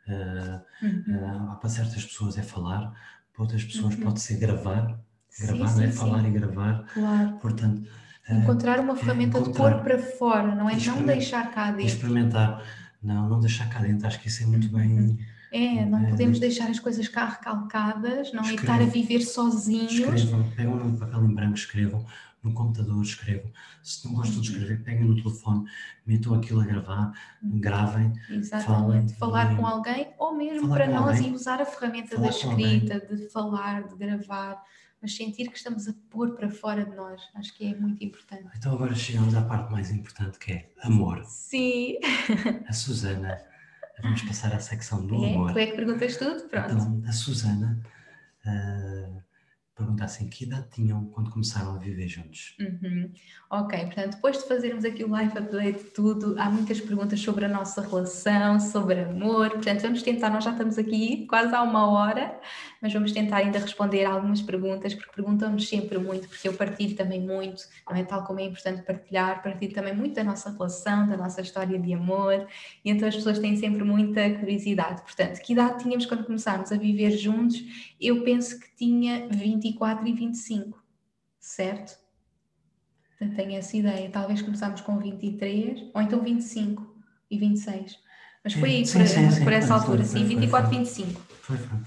Para certas pessoas é falar, para outras pessoas pode ser gravar, não é? Falar e gravar. Claro. Portanto, encontrar uma ferramenta de pôr para fora, não é? Não deixar cá dentro. Experimentar, não deixar cá dentro, acho que isso é muito bem. Não podemos deixar as coisas cá recalcadas, não é? Estar a viver sozinhos. Escrevam, pegam num papel em branco, escrevam, no computador escrevam. Se não gostam de escrever, peguem no telefone, metam aquilo a gravar, gravem. Exatamente, falar com alguém, ou mesmo para nós, e usar a ferramenta da escrita, de falar, de gravar, mas sentir que estamos a pôr para fora de nós, acho que é muito importante. Então agora chegamos à parte mais importante, que é amor. Sim. A Susana, vamos passar à secção do amor. Tu é que perguntas tudo? Pronto. Então, a Susana pergunta assim, que idade tinham quando começaram a viver juntos? Ok, portanto, depois de fazermos aqui o live update de tudo, há muitas perguntas sobre a nossa relação, sobre amor, portanto vamos tentar, nós já estamos aqui quase há 1 hora, mas vamos tentar ainda responder algumas perguntas, porque perguntam-nos sempre muito, porque eu partilho também muito, não é? Tal como é importante partilho também muito da nossa relação, da nossa história de amor, e então as pessoas têm sempre muita curiosidade. Portanto, que idade tínhamos quando começámos a viver juntos? Eu penso que tinha 24 e 25, certo? Tenho essa ideia, talvez começámos com 23, ou então 25 e 26. Mas foi aí, por essa altura, sim, 24 e 25. Foi.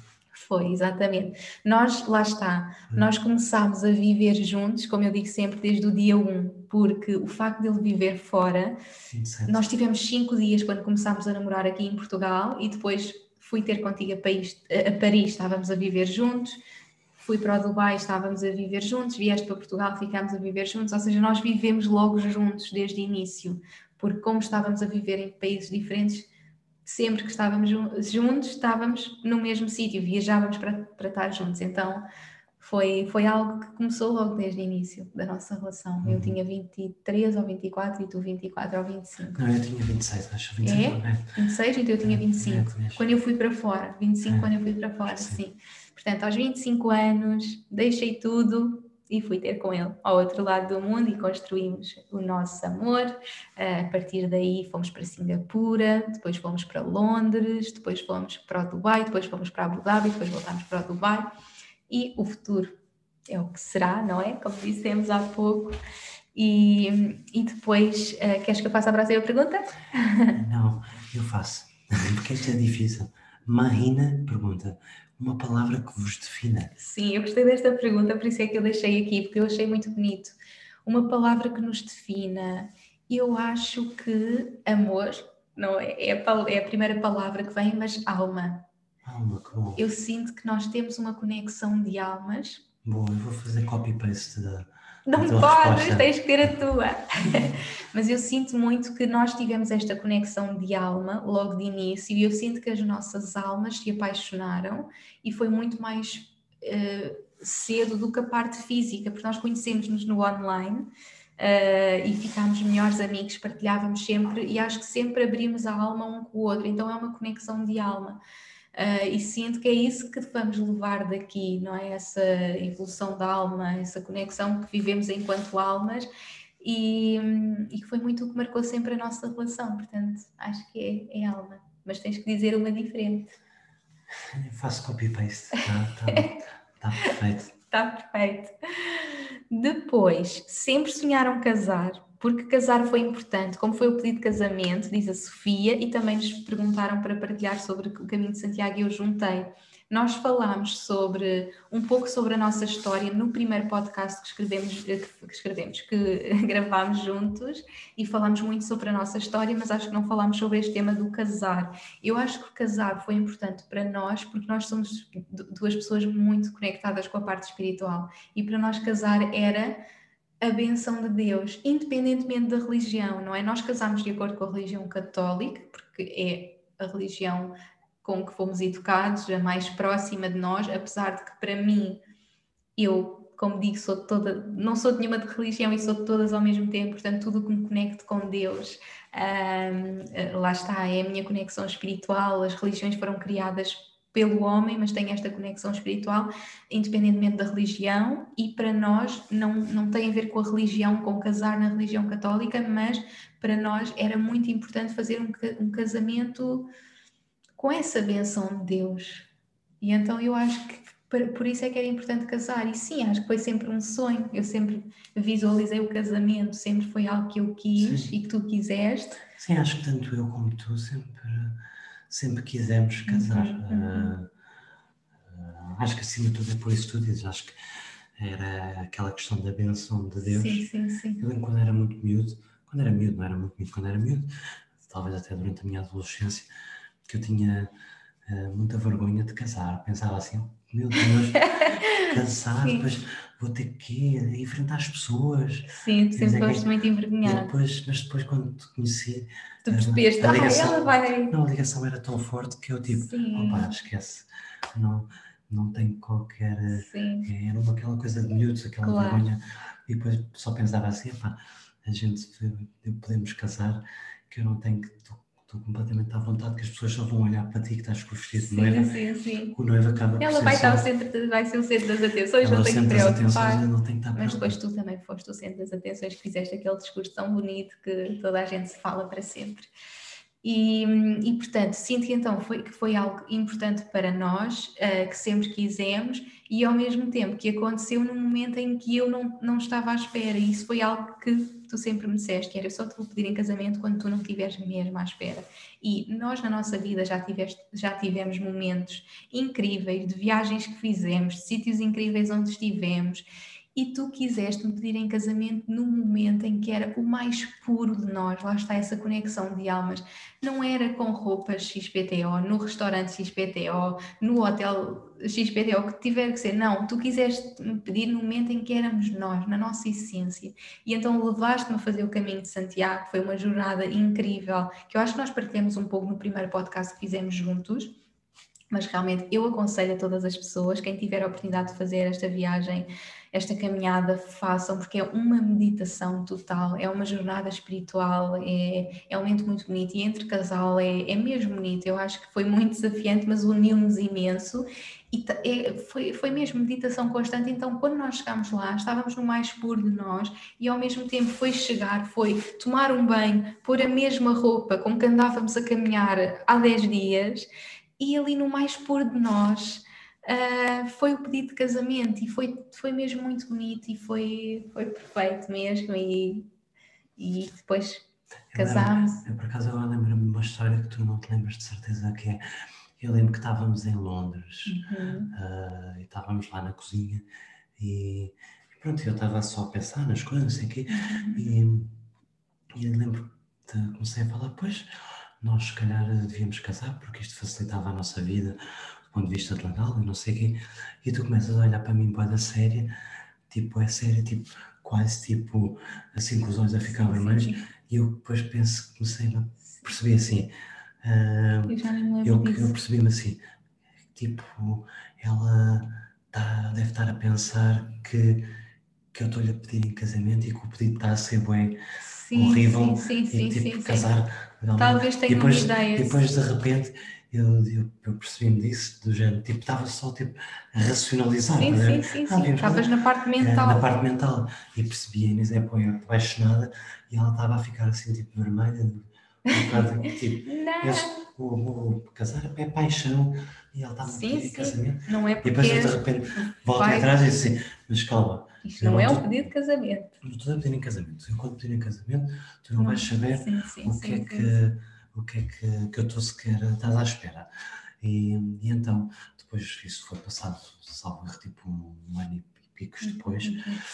Foi, exatamente. Nós, lá está, nós começámos a viver juntos, como eu digo sempre, desde o dia 1, porque o facto de ele viver fora, 27. nós tivemos 5 dias quando começámos a namorar aqui em Portugal e depois fui ter contigo a Paris, estávamos a viver juntos, fui para o Dubai, estávamos a viver juntos, vieste para Portugal, ficámos a viver juntos, ou seja, nós vivemos logo juntos desde o início, porque como estávamos a viver em países diferentes, sempre que estávamos juntos, estávamos no mesmo sítio, viajávamos para estar juntos. Então foi algo que começou logo desde o início da nossa relação. Eu tinha 23 ou 24 e tu 24 ou 25. Não, eu tinha 26, acho. 26, É? 26, então eu tinha 25. Quando eu fui para fora, 25 quando eu fui para fora, sim. Portanto, aos 25 anos, deixei tudo e fui ter com ele ao outro lado do mundo e construímos o nosso amor. A partir daí fomos para Singapura, depois fomos para Londres, depois fomos para o Dubai, depois fomos para Abu Dhabi, depois voltámos para o Dubai. E o futuro é o que será, não é? Como dissemos há pouco. E depois, queres que eu faça a próxima pergunta? Não, eu faço, porque esta é difícil. Marina pergunta, uma palavra que vos defina? Sim, eu gostei desta pergunta, por isso é que eu deixei aqui, porque eu achei muito bonito. Uma palavra que nos defina, eu acho que amor, não é? É a primeira palavra que vem, mas alma. Alma, que bom. Eu sinto que nós temos uma conexão de almas. Bom, eu vou fazer copy-paste da Não tua podes, resposta. tens que ter a tua. Mas eu sinto muito que nós tivemos esta conexão de alma logo de início e eu sinto que as nossas almas se apaixonaram e foi muito mais cedo do que a parte física, porque nós conhecemos-nos no online e ficámos melhores amigos, partilhávamos sempre e acho que sempre abrimos a alma um com o outro, então é uma conexão de alma. E sinto que é isso que vamos levar daqui, não é? Essa evolução da alma, essa conexão que vivemos enquanto almas e que foi muito o que marcou sempre a nossa relação, portanto, acho que é alma, mas tens que dizer uma diferente. Eu faço copy-paste, tá perfeito. Está perfeito. Depois, sempre sonharam casar, porque casar foi importante, como foi o pedido de casamento, diz a Sofia, e também nos perguntaram para partilhar sobre o Caminho de Santiago e eu juntei. Nós falámos um pouco sobre a nossa história no primeiro podcast que gravámos juntos e falámos muito sobre a nossa história, mas acho que não falámos sobre este tema do casar. Eu acho que casar foi importante para nós porque nós somos duas pessoas muito conectadas com a parte espiritual e para nós casar era a benção de Deus, independentemente da religião, não é? Nós casamos de acordo com a religião católica, porque é a religião com que fomos educados, a mais próxima de nós, apesar de que para mim, eu, como digo, não sou de nenhuma de religião e sou de todas ao mesmo tempo, portanto tudo o que me conecte com Deus, lá está, é a minha conexão espiritual, as religiões foram criadas pelo homem, mas tem esta conexão espiritual, independentemente da religião, e para nós não tem a ver com a religião, com casar na religião católica, mas para nós era muito importante fazer um casamento com essa benção de Deus. E então eu acho que por isso é que era importante casar. E sim, acho que foi sempre um sonho. Eu sempre visualizei o casamento, sempre foi algo que eu quis Sim. e que tu quiseste. Sim, acho que tanto eu como tu sempre quisemos casar. Acho que acima de tudo é por isso que tu dizes. Acho que era aquela questão da benção de Deus. Sim. Eu lembro quando era muito miúdo, não era muito miúdo, quando era miúdo, talvez até durante a minha adolescência, que eu tinha muita vergonha de casar. Pensava assim, meu Deus, casar, depois vou ter que enfrentar as pessoas. Sim, tu sempre foste muito envergonhado. Mas depois quando te conheci, tu percebeste, ela vai... Não, a ligação era tão forte que eu tipo, opá, esquece, não tenho qualquer... Era aquela coisa de miúdos, aquela vergonha. E depois só pensava assim, opá, podemos casar, que eu não tenho que... Estou completamente à vontade, que as pessoas só vão olhar para ti que estás com o vestido de noiva. Sim. O noivo acaba por ela vai ser o centro das atenções, não tem que preocupar. Mas depois tu também foste o centro das atenções, que fizeste aquele discurso tão bonito que toda a gente se fala para sempre. E portanto, sinto que então que foi algo importante para nós, que sempre quisemos, e ao mesmo tempo que aconteceu num momento em que eu não estava à espera, e isso foi algo que tu sempre me disseste, que era: eu só te vou pedir em casamento quando tu não estiveres mesmo à espera. E nós na nossa vida já tivemos momentos incríveis, de viagens que fizemos, de sítios incríveis onde estivemos, e tu quiseste me pedir em casamento num momento em que era o mais puro de nós. Lá está essa conexão de almas. Não era com roupas XPTO, no restaurante XPTO, no hotel XPTO, o que tiver que ser. Não, tu quiseste me pedir no momento em que éramos nós, na nossa essência. E então levaste-me a fazer o caminho de Santiago. Foi uma jornada incrível, que eu acho que nós partilhamos um pouco no primeiro podcast que fizemos juntos. Mas realmente eu aconselho a todas as pessoas, quem tiver a oportunidade de fazer esta viagem, esta caminhada, façam, porque é uma meditação total, é uma jornada espiritual, é um momento muito bonito, e entre casal é mesmo bonito. Eu acho que foi muito desafiante, mas uniu-nos imenso, e foi mesmo meditação constante. Então quando nós chegámos lá, estávamos no mais puro de nós, e ao mesmo tempo foi tomar um banho, pôr a mesma roupa com que andávamos a caminhar há 10 dias, e ali no mais puro de nós, foi o pedido de casamento, e foi mesmo muito bonito, e foi perfeito mesmo, e depois casámos. Por acaso agora lembro-me de uma história que tu não te lembras de certeza, que é: eu lembro que estávamos em Londres, e estávamos lá na cozinha, e pronto, eu estava só a pensar nas coisas, não sei o quê, e eu lembro que comecei a falar: pois, nós se calhar devíamos casar, porque isto facilitava a nossa vida do ponto de vista legal e não sei o quê. E tu começas a olhar para mim bué da séria, tipo, é sério, tipo, quase tipo, assim com os olhos a ficar vermelhos, e eu depois comecei a perceber assim, Eu já nem me lembro disso. eu percebi-me assim, tipo, ela deve estar a pensar que eu estou-lhe a pedir em casamento e que o pedido está a ser bem horrível, e tipo, casar talvez tenha uma ideia. E depois de repente eu percebi-me disso, do género, tipo, estava só tipo a racionalizar. Sim. Estavas na parte mental. Na parte mental, e percebi a Inês apaixonada, e ela estava a ficar assim, tipo, vermelha, um bocado, tipo, o casar é paixão, e ela estava a pedir em casamento. Não é, e depois eu de repente volto atrás e disse assim: mas calma, isto não é um pedido de casamento. Não estou a pedir em casamento. Eu, quando pedir em casamento, tu não vais saber o que é que eu estou sequer, estás à espera. E então, depois isso foi passado, salvo tipo um ano e picos depois,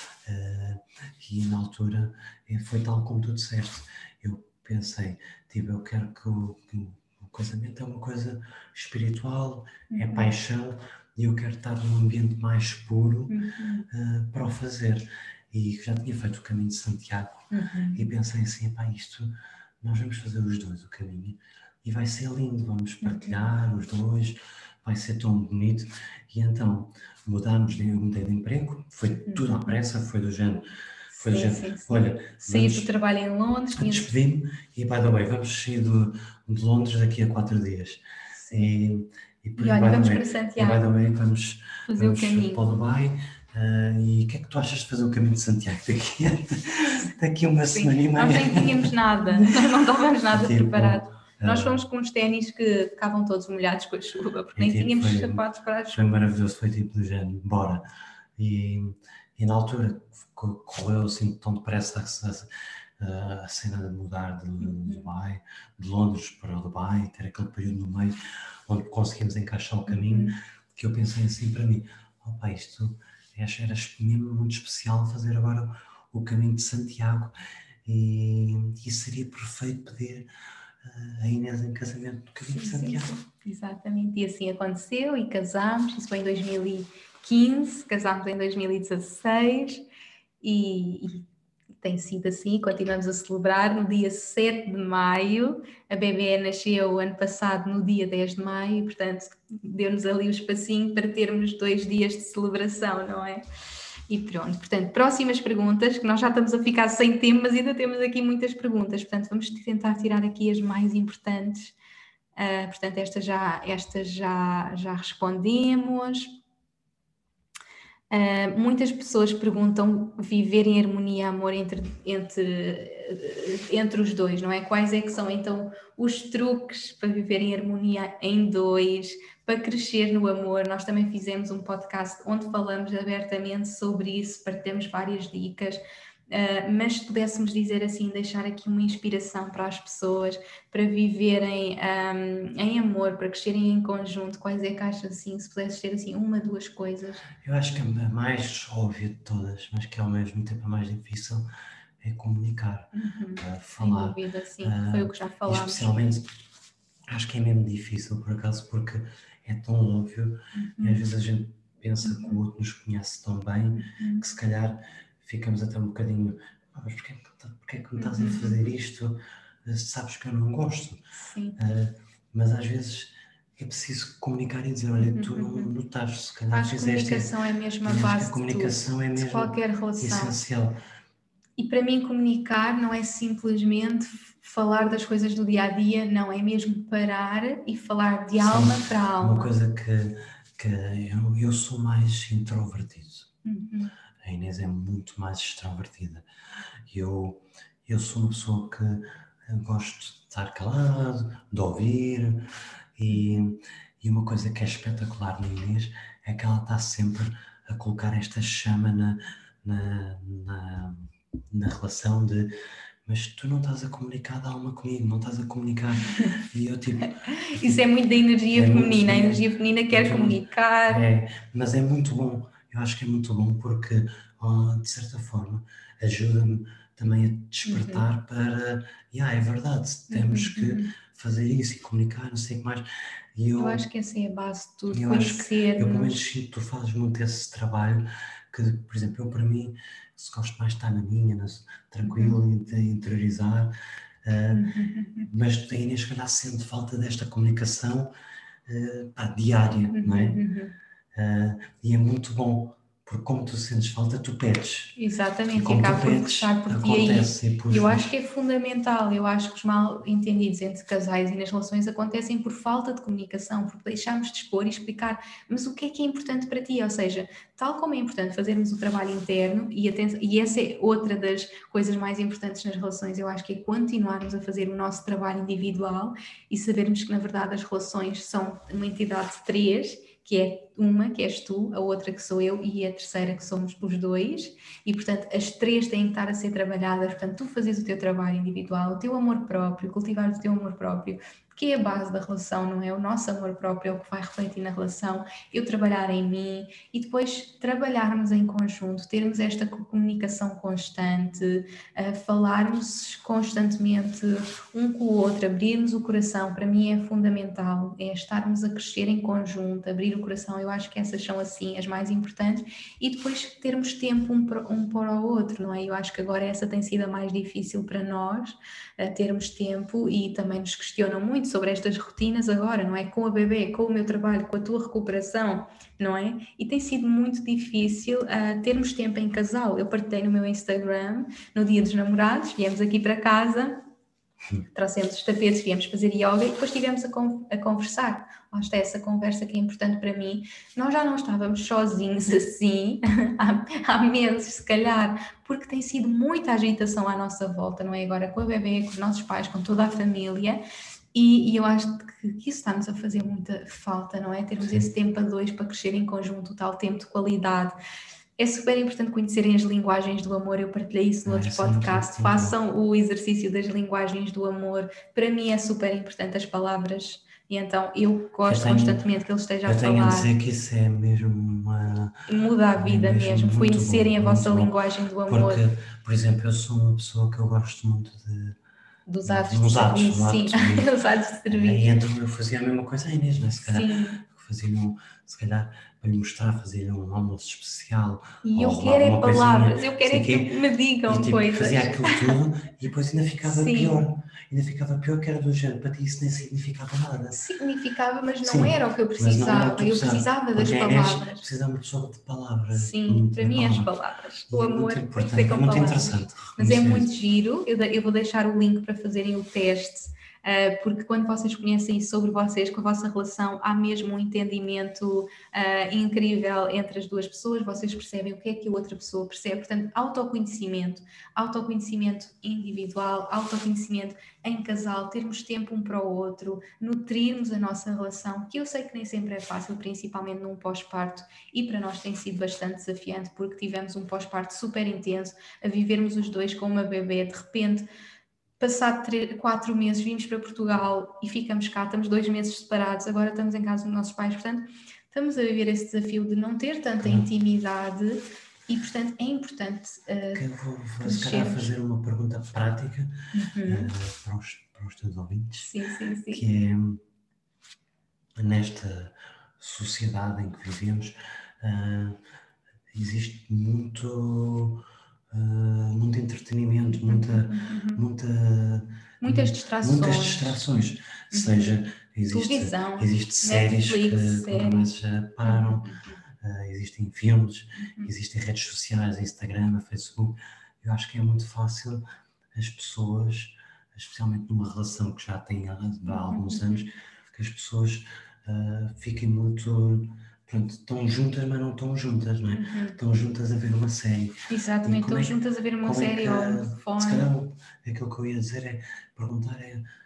e na altura foi tal como tu disseste. Eu pensei, tipo, eu quero que o casamento é uma coisa espiritual, é paixão, e eu quero estar num ambiente mais puro para o fazer. E já tinha feito o caminho de Santiago, e pensei assim: pá, isto, nós vamos fazer os dois o caminho, e vai ser lindo, vamos partilhar os dois, vai ser tão bonito. E então mudámos, eu mudei de emprego, foi tudo à pressa, foi do género. Olha, saí do trabalho em Londres, despedi-me, e by the way, vamos sair de Londres daqui a 4 dias. E olha, vamos para Santiago. E by the way, vamos fazer o caminho para o Dubai. E o que é que tu achas de fazer o caminho de Santiago daqui a uma semana e meia? Nós nem tínhamos nada, não estávamos nada preparados. Nós fomos com uns ténis que ficavam todos molhados com a chuva, porque nem tínhamos sapatos para a chuva. Foi maravilhoso, foi tipo do género, bora. E na altura correu assim tão depressa a cena de mudar de Dubai, de Londres para o Dubai, ter aquele período no meio onde conseguimos encaixar o caminho, que eu pensei assim para mim: opa, isto era mesmo muito especial fazer agora o caminho de Santiago, e seria perfeito pedir a Inês em casamento no caminho de Santiago. Sim. Exatamente, e assim aconteceu, e casámos. Isso foi em 2015, casámos em 2016, e tem sido assim, continuamos a celebrar no dia 7 de maio, a bebê nasceu ano passado no dia 10 de maio, portanto deu-nos ali o espacinho para termos 2 dias de celebração, não é? E pronto, portanto, próximas perguntas, que nós já estamos a ficar sem tempo, mas ainda temos aqui muitas perguntas, portanto vamos tentar tirar aqui as mais importantes. Portanto, esta já respondemos. Muitas pessoas perguntam viver em harmonia, amor entre os dois, não é? Quais é que são então os truques para viver em harmonia em dois, para crescer no amor? Nós também fizemos um podcast onde falamos abertamente sobre isso, partilhamos várias dicas. Mas se pudéssemos dizer assim, deixar aqui uma inspiração para as pessoas, para viverem em amor, para crescerem em conjunto, quais é que achas assim, se pudesses ter assim uma, duas coisas? Eu acho que a mais óbvia de todas, mas que ao mesmo tempo a mais difícil, é comunicar, Sem falar. dúvida, sim, foi o que já E falámos. especialmente, acho que é mesmo difícil, por acaso, porque é tão óbvio, e às vezes a gente pensa que o outro nos conhece tão bem, que se calhar ficamos até um bocadinho, mas porquê é que me estás a fazer isto? Sabes que eu não gosto. Sim. Mas às vezes é preciso comunicar e dizer, olha, tu não estás, se calhar Acho que a comunicação é mesmo a acho que base a comunicação é de mesmo qualquer relação. essencial. E para mim comunicar não é simplesmente falar das coisas do dia a dia, não, é mesmo parar e falar de alma para alma. Uma coisa que eu sou mais introvertido. A Inês é muito mais extrovertida. Eu sou uma pessoa que gosto de estar calado, de ouvir, e uma coisa que é espetacular na Inês é que ela está sempre a colocar esta chama na relação de, mas tu não estás a comunicar de alma comigo, não estás a comunicar. E eu tipo... Isso é muito da energia feminina, a energia feminina quer comunicar. Mas é muito bom, eu acho que é muito bom porque, de certa forma, ajuda-me também a despertar para, é verdade, temos que fazer isso e comunicar, não sei o que mais. Eu acho que essa é a base de tudo, eu pelo menos sinto que tu fazes muito esse trabalho, que, por exemplo, eu para mim, se gosto mais de estar na minha, tranquilo, e de interiorizar, mas a Inês, se calhar, sente falta desta comunicação diária, não é? E é muito bom, porque como tu sentes falta, tu pedes. Exatamente, e acaba por puxar por ti aí. Eu acho que é fundamental, eu acho que os mal entendidos entre casais e nas relações acontecem por falta de comunicação, porque deixamos de expor e explicar, mas o que é importante para ti? Ou seja, tal como é importante fazermos o trabalho interno, e essa é outra das coisas mais importantes nas relações, eu acho que é continuarmos a fazer o nosso trabalho individual e sabermos que na verdade as relações são uma entidade de três, que é uma, que és tu, a outra que sou eu e a terceira que somos os dois, e portanto as três têm que estar a ser trabalhadas, portanto tu fazes o teu trabalho individual, o teu amor próprio, cultivar o teu amor próprio, que é a base da relação, não é? O nosso amor próprio é o que vai refletir na relação, eu trabalhar em mim e depois trabalharmos em conjunto, termos esta comunicação constante, falarmos constantemente um com o outro, abrirmos o coração, para mim é fundamental, é estarmos a crescer em conjunto, abrir o coração, eu acho que essas são assim as mais importantes, e depois termos tempo um para o outro, não é? Eu acho que agora essa tem sido a mais difícil para nós, termos tempo, e também nos questionam muito sobre estas rotinas agora, não é? Com a bebê, com o meu trabalho, com a tua recuperação, não é? E tem sido muito difícil termos tempo em casal. Eu partilhei no meu Instagram, no dia dos namorados, viemos aqui para casa, trouxemos os tapetes, viemos fazer yoga e depois estivemos a conversar. Lá está essa conversa que é importante para mim. Nós já não estávamos sozinhos assim há meses, se calhar, porque tem sido muita agitação à nossa volta, não é? Agora com a bebê, com os nossos pais, com toda a família, e eu acho que isso está-nos a fazer muita falta, não é? Termos esse tempo a dois para crescer em conjunto, o tal tempo de qualidade. É super importante conhecerem as linguagens do amor, eu partilhei isso no outro podcast, façam o exercício das linguagens do amor, para mim é super importante as palavras, e então eu gosto constantemente que ele esteja a falar. Eu tenho a dizer que isso é mesmo muda a vida mesmo, conhecerem a vossa linguagem do amor. Porque, por exemplo, eu sou uma pessoa que eu gosto muito dos atos de serviço, sim, dos atos de serviço. E então eu fazia a mesma coisa a Inês, não é? Se calhar, se calhar para lhe mostrar, fazer um almoço especial. E eu quero é palavras, eu quero é que me digam coisas. Fazia aquilo tudo e depois ainda ficava pior. Ainda ficava pior, que era do género, para ti isso nem significava nada. Significava, mas não era o que eu precisava. Eu precisava das palavras. Precisava só de palavras. Sim, para mim as palavras. O amor tem que ser com muito palavras. interessante. Mas é muito giro, eu vou deixar o link para fazerem o teste. porque quando vocês conhecem sobre vocês, com a vossa relação, há mesmo um entendimento incrível entre as duas pessoas, vocês percebem o que é que a outra pessoa percebe, portanto, autoconhecimento individual, autoconhecimento em casal, termos tempo um para o outro, nutrirmos a nossa relação, que eu sei que nem sempre é fácil, principalmente num pós-parto, e para nós tem sido bastante desafiante, porque tivemos um pós-parto super intenso, a vivermos os dois com uma bebê, de repente, passado 4 meses, vimos para Portugal e ficamos cá, estamos 2 meses separados, agora estamos em casa dos nossos pais, portanto, estamos a viver esse desafio de não ter tanta intimidade e, portanto, é importante eu vou se calhar fazer uma pergunta prática para os teus ouvintes, sim. que é, nesta sociedade em que vivemos, existe muito entretenimento, muitas distrações. Seja, televisão, existe séries Netflix, que nunca mais param, existem filmes, existem redes sociais, Instagram, Facebook. Eu acho que é muito fácil as pessoas, especialmente numa relação que já tem há alguns anos, que as pessoas fiquem muito... Pronto, estão juntas, mas não estão juntas, não é? Estão juntas a ver uma série. Exatamente, estão juntas a ver uma série ou no telefone. Se calhar aquilo que eu ia dizer é perguntar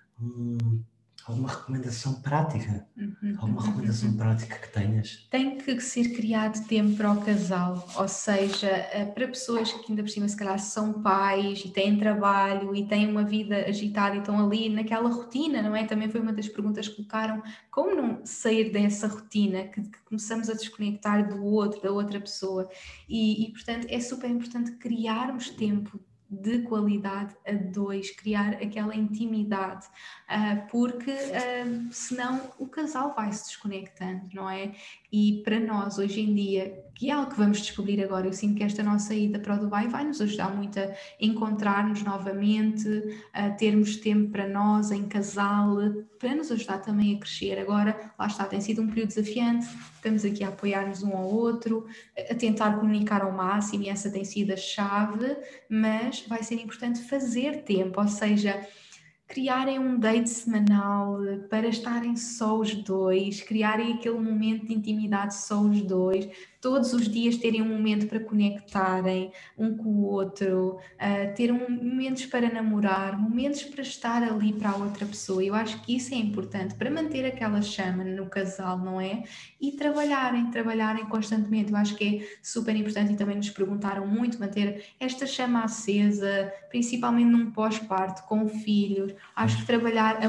alguma recomendação prática. Alguma recomendação prática que tenhas? Tem que ser criado tempo para o casal, ou seja, para pessoas que ainda por cima se calhar são pais e têm trabalho e têm uma vida agitada e estão ali naquela rotina, não é? Também foi uma das perguntas que colocaram, como não sair dessa rotina, que começamos a desconectar do outro, da outra pessoa e portanto é super importante criarmos tempo de qualidade a dois, criar aquela intimidade, porque senão o casal vai se desconectando, não é? E para nós hoje em dia, que é algo que vamos descobrir agora, eu sinto que esta nossa ida para o Dubai vai nos ajudar muito a encontrar-nos novamente, a termos tempo para nós, em casal, para nos ajudar também a crescer. Agora, lá está, tem sido um período desafiante, estamos aqui a apoiar-nos um ao outro, a tentar comunicar ao máximo, e essa tem sido a chave, mas vai ser importante fazer tempo, ou seja, criarem um date semanal para estarem só os dois, criarem aquele momento de intimidade só os dois, todos os dias terem um momento para conectarem um com o outro, ter momentos para namorar, momentos para estar ali para a outra pessoa. Eu acho que isso é importante para manter aquela chama no casal, não é? E trabalharem constantemente. Eu acho que é super importante, e também nos perguntaram muito, manter esta chama acesa, principalmente num pós-parto, com filhos. Acho que trabalhar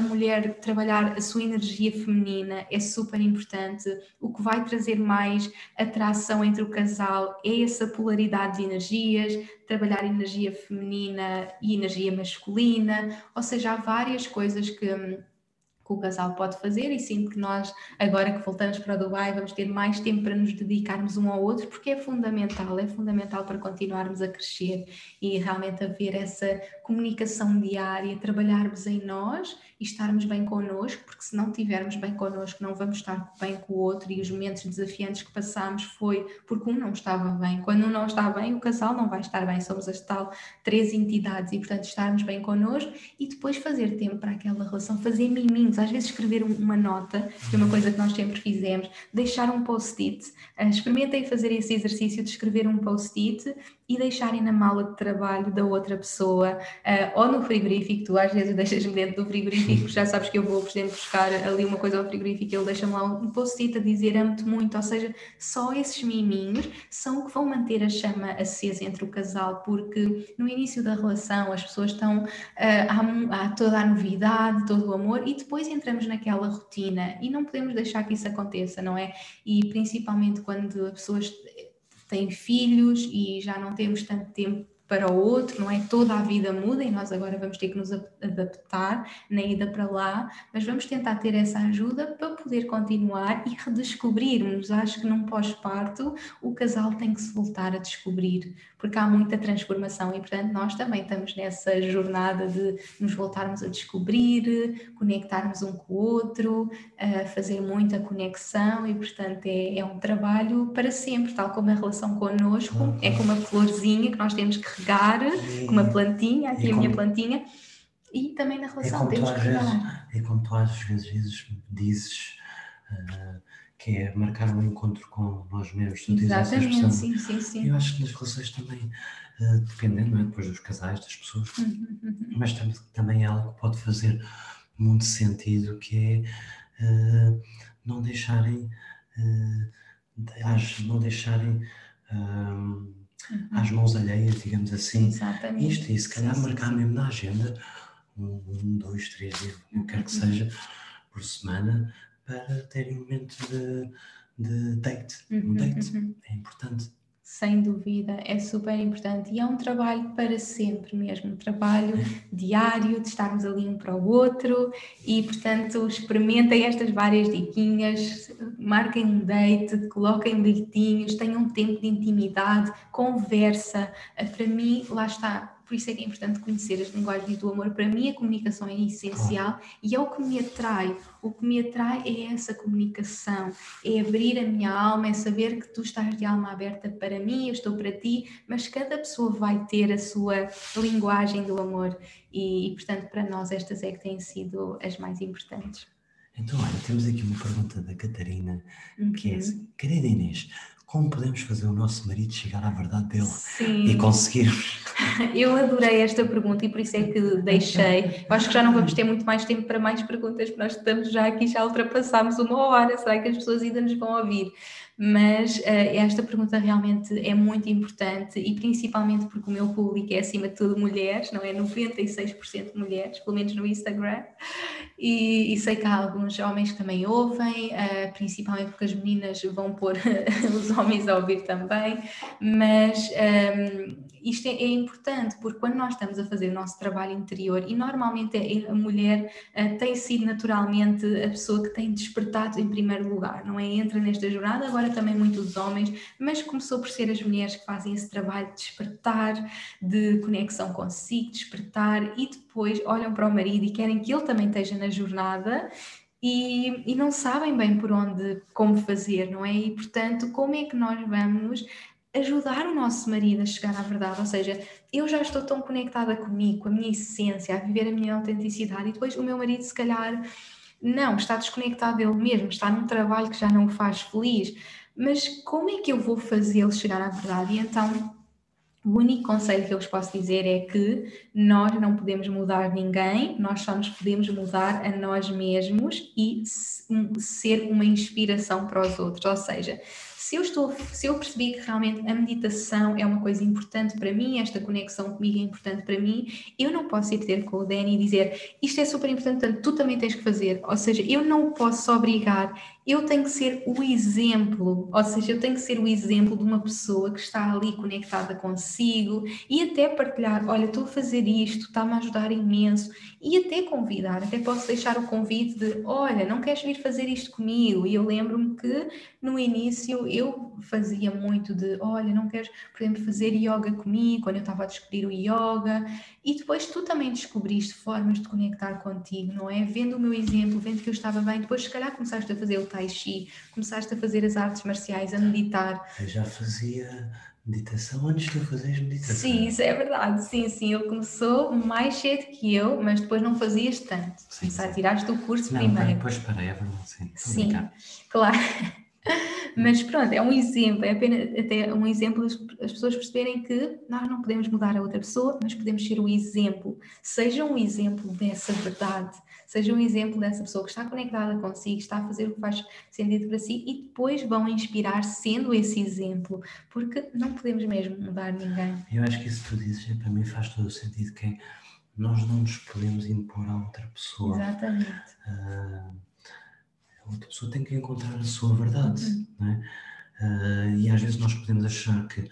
a sua energia feminina é super importante. O que vai trazer mais atração entre o casal é essa polaridade de energias, trabalhar energia feminina e energia masculina, ou seja, há várias coisas que o casal pode fazer, e sinto que nós, agora que voltamos para o Dubai, vamos ter mais tempo para nos dedicarmos um ao outro, porque é fundamental para continuarmos a crescer e realmente haver essa comunicação diária, trabalharmos em nós e estarmos bem connosco, porque se não estivermos bem connosco, não vamos estar bem com o outro, e os momentos desafiantes que passamos foi porque um não estava bem. Quando um não está bem, o casal não vai estar bem, somos as tal 3 entidades, e portanto estarmos bem connosco e depois fazer tempo para aquela relação, fazer miminhos, às vezes escrever uma nota, que é uma coisa que nós sempre fizemos, deixar um post-it, experimentem fazer esse exercício de escrever um post-it e deixarem na mala de trabalho da outra pessoa, ou no frigorífico. Tu às vezes deixas-me dentro do frigorífico, já sabes que eu vou, por exemplo, buscar ali uma coisa ao frigorífico e ele deixa-me lá um post-it a dizer amo-te muito, ou seja, só esses miminhos são o que vão manter a chama acesa entre o casal, porque no início da relação as pessoas estão, há toda a novidade, todo o amor, e depois entramos naquela rotina e não podemos deixar que isso aconteça, não é? E principalmente quando as pessoas têm filhos e já não temos tanto tempo para o outro, não é? Toda a vida muda e nós agora vamos ter que nos adaptar na ida para lá, mas vamos tentar ter essa ajuda para poder continuar e redescobrirmos. Acho que num pós-parto o casal tem que se voltar a descobrir, porque há muita transformação e, portanto, nós também estamos nessa jornada de nos voltarmos a descobrir, conectarmos um com o outro, fazer muita conexão e, portanto, é um trabalho para sempre, tal como a relação connosco, é como a florzinha que nós temos que regar, com uma plantinha, aqui a minha plantinha, E também na relação temos que dar. É como tu às vezes dizes, que é marcar um encontro com nós mesmos. Tu dizes essa expressão. Sim. Eu acho que nas relações também, dependendo, não é? Depois dos casais, das pessoas, mas também é algo que pode fazer muito sentido, que é não deixarem, não deixarem às mãos alheias, digamos assim, isto, e se calhar marcar mesmo na agenda 1, 2, 3 dias, o que quer que seja, por semana, para terem um momento de date. Um date é importante. Sem dúvida, é super importante e é um trabalho para sempre mesmo, um trabalho diário, de estarmos ali um para o outro e, portanto, experimentem estas várias diquinhas, marquem um date, coloquem bilhetinhos, tenham um tempo de intimidade, conversa. Para mim, lá está. Por isso é que é importante conhecer as linguagens do amor. Para mim, a comunicação é essencial e é o que me atrai. O que me atrai é essa comunicação, é abrir a minha alma, é saber que tu estás de alma aberta para mim, eu estou para ti, mas cada pessoa vai ter a sua linguagem do amor e portanto, para nós estas é que têm sido as mais importantes. Então, olha, temos aqui uma pergunta da Catarina, que é assim: querida Inês, como podemos fazer o nosso marido chegar à verdade dele e conseguirmos? Eu adorei esta pergunta e por isso é que deixei. Eu acho que já não vamos ter muito mais tempo para mais perguntas, porque nós estamos já aqui, já ultrapassámos 1 hora, será que as pessoas ainda nos vão ouvir? Mas esta pergunta realmente é muito importante e principalmente porque o meu público é acima de tudo mulheres, não é? 96% mulheres, pelo menos no Instagram. E sei que há alguns homens que também ouvem, principalmente porque as meninas vão pôr os homens a ouvir também, mas isto é importante porque quando nós estamos a fazer o nosso trabalho interior, e normalmente a mulher tem sido naturalmente a pessoa que tem despertado em primeiro lugar, não é? Entra nesta jornada, agora também muitos homens, mas começou por ser as mulheres que fazem esse trabalho de despertar, de conexão consigo, despertar, e depois olham para o marido e querem que ele também esteja na jornada e não sabem bem por onde, como fazer, não é? E portanto, como é que nós vamos ajudar o nosso marido a chegar à verdade? Ou seja, eu já estou tão conectada comigo, com a minha essência, a viver a minha autenticidade, e depois o meu marido se calhar não, está desconectado dele mesmo, está num trabalho que já não o faz feliz, mas como é que eu vou fazê-lo chegar à verdade? E então o único conselho que eu vos posso dizer é que nós não podemos mudar ninguém, nós só nos podemos mudar a nós mesmos e ser uma inspiração para os outros. Ou seja, se eu percebi que realmente a meditação é uma coisa importante para mim, esta conexão comigo é importante para mim, eu não posso ir ter com o Danny e dizer isto é super importante, portanto, tu também tens que fazer. Ou seja, eu não posso obrigar, eu tenho que ser o exemplo, ou seja, eu tenho que ser o exemplo de uma pessoa que está ali conectada consigo e até partilhar, olha, estou a fazer isto, está-me a ajudar imenso, e até convidar, até posso deixar o convite de, olha, não queres vir fazer isto comigo? E eu lembro-me que no início eu fazia muito de, olha, não queres, por exemplo, fazer yoga comigo, quando eu estava a descobrir o yoga, e depois tu também descobriste formas de conectar contigo, não é? Vendo o meu exemplo, vendo que eu estava bem, depois se calhar começaste a fazer o tai chi, começaste a fazer as artes marciais, a meditar. Eu já fazia meditação antes de eu fazer meditação. Sim, isso é verdade, sim, ele começou mais cedo que eu, mas depois não fazias tanto. Sim. Tiraste o curso não, primeiro. Depois parei, é verdade, sim. Sim, claro. Mas pronto, é um exemplo, é apenas até um exemplo as pessoas perceberem que nós não podemos mudar a outra pessoa, mas podemos ser o exemplo. Seja um exemplo dessa verdade, seja um exemplo dessa pessoa que está conectada consigo, está a fazer o que faz sentido para si e depois vão inspirar sendo esse exemplo, porque não podemos mesmo mudar ninguém. Eu acho que isso que tu dizes, para mim faz todo o sentido, que é, nós não nos podemos impor a outra pessoa. Exatamente. A outra pessoa tem que encontrar a sua verdade, não é? E às vezes nós podemos achar que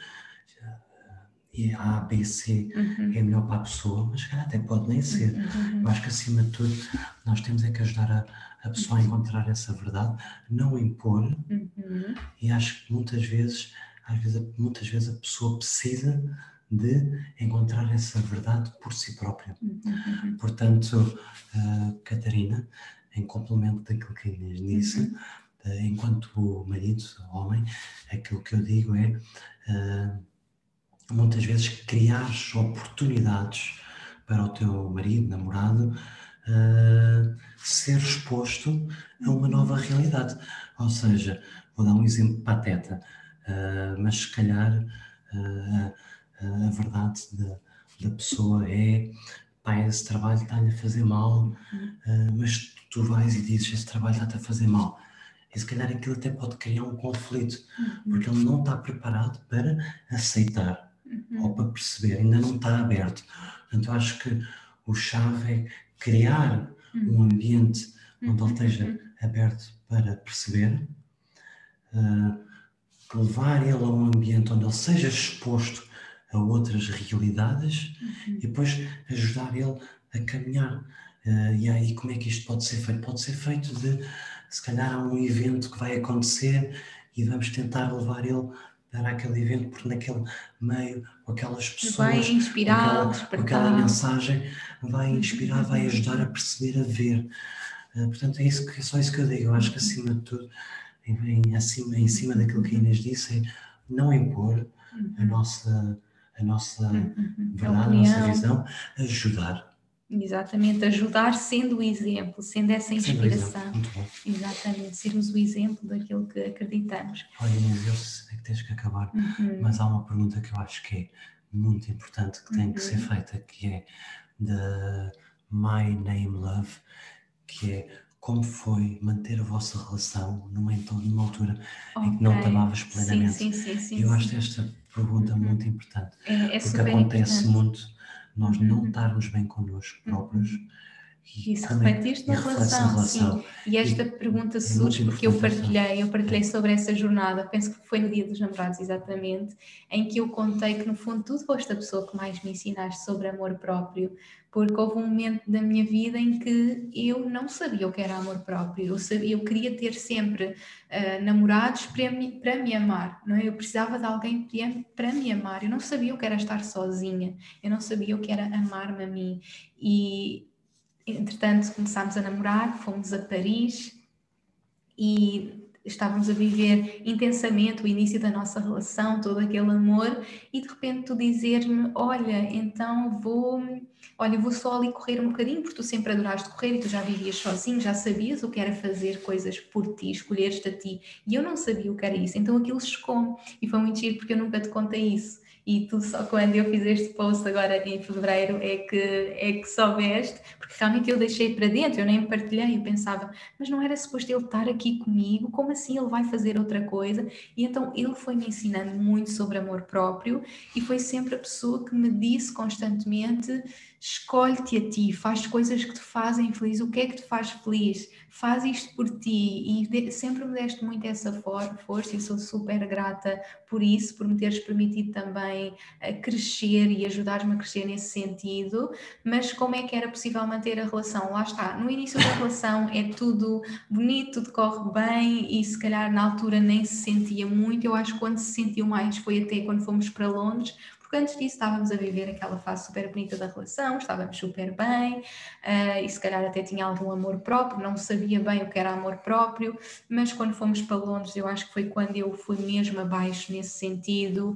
A, B, C é melhor para a pessoa, mas calhar até pode nem ser. Eu acho que acima de tudo nós temos é que ajudar a pessoa a encontrar essa verdade, não impor, e acho que muitas vezes a pessoa precisa de encontrar essa verdade por si própria. Portanto, Catarina, em complemento daquilo que a Inês disse, enquanto marido, homem, aquilo que eu digo é muitas vezes criar oportunidades para o teu marido, namorado, ser exposto a uma nova realidade. Ou seja, vou dar um exemplo pateta, mas se calhar a verdade da pessoa é: pá, esse trabalho está-lhe a fazer mal, mas tu vais e dizes: esse trabalho está-te a fazer mal. E se calhar aquilo até pode criar um conflito, porque ele não está preparado para aceitar ou para perceber, ainda não está aberto. Portanto, eu acho que o chave é criar um ambiente onde ele esteja aberto para perceber, levar ele a um ambiente onde ele seja exposto a outras realidades e depois ajudar ele a caminhar. E aí como é que isto pode ser feito? Pode ser feito de, se calhar há um evento que vai acontecer e vamos tentar levar ele para aquele evento, porque naquele meio, com aquelas Vai pessoas, inspirar, com aquela despertar. mensagem, vai inspirar, vai ajudar a perceber, a ver. Portanto, é só isso que eu digo. Eu acho que acima de tudo, em cima daquilo que a Inês disse, é não impor a nossa verdade, a nossa visão, ajudar. Exatamente, ajudar sendo o exemplo, sendo essa Sendo o exemplo. inspiração. Muito bom. Exatamente, sermos o exemplo daquilo que acreditamos. Olha, Inês, eu sei que tens que acabar, mas há uma pergunta que eu acho que é muito importante, que tem que ser feita, que é da My Name Love, que é: como foi manter a vossa relação numa altura em que não te amavas plenamente? Sim. Eu acho esta pergunta muito importante, É porque super acontece importante. muito nós não estarmos bem connosco próprios e Isso também reflete e na reflete-se na relação, sim. relação. E esta pergunta É muito surge porque importante esta. eu partilhei sobre essa jornada, penso que foi no Dia dos Namorados, exatamente, em que eu contei que no fundo tu foste a pessoa que mais me ensinaste sobre amor próprio, porque houve um momento da minha vida em que eu não sabia o que era amor próprio, eu queria ter sempre namorados para me amar, não é? Eu precisava de alguém para me amar, eu não sabia o que era estar sozinha, eu não sabia o que era amar-me a mim. E entretanto começámos a namorar, fomos a Paris e estávamos a viver intensamente o início da nossa relação, todo aquele amor, e de repente tu dizer-me: olha, então vou só ali correr um bocadinho, porque tu sempre adoraste correr e tu já vivias sozinho, já sabias o que era fazer coisas por ti, escolheres-te a ti, e eu não sabia o que era isso, então aquilo chocou-me, e foi muito giro porque eu nunca te contei isso. E tu só quando eu fiz este post agora em fevereiro é que soubeste, porque realmente eu deixei para dentro, eu nem partilhei, eu pensava: mas não era suposto ele estar aqui comigo, como assim ele vai fazer outra coisa? E então ele foi-me ensinando muito sobre amor próprio e foi sempre a pessoa que me disse constantemente: escolhe-te a ti, faz coisas que te fazem feliz, o que é que te faz feliz? Faz isto por ti. E sempre me deste muito essa força e sou super grata por isso, por me teres permitido também crescer e ajudar-me a crescer nesse sentido. Mas como é que era possível manter a relação? Lá está, no início da relação é tudo bonito, tudo corre bem e se calhar na altura nem se sentia muito. Eu acho que quando se sentiu mais foi até quando fomos para Londres, porque antes disso estávamos a viver aquela fase super bonita da relação, estávamos super bem, e se calhar até tinha algum amor próprio, não sabia bem o que era amor próprio, mas quando fomos para Londres eu acho que foi quando eu fui mesmo abaixo nesse sentido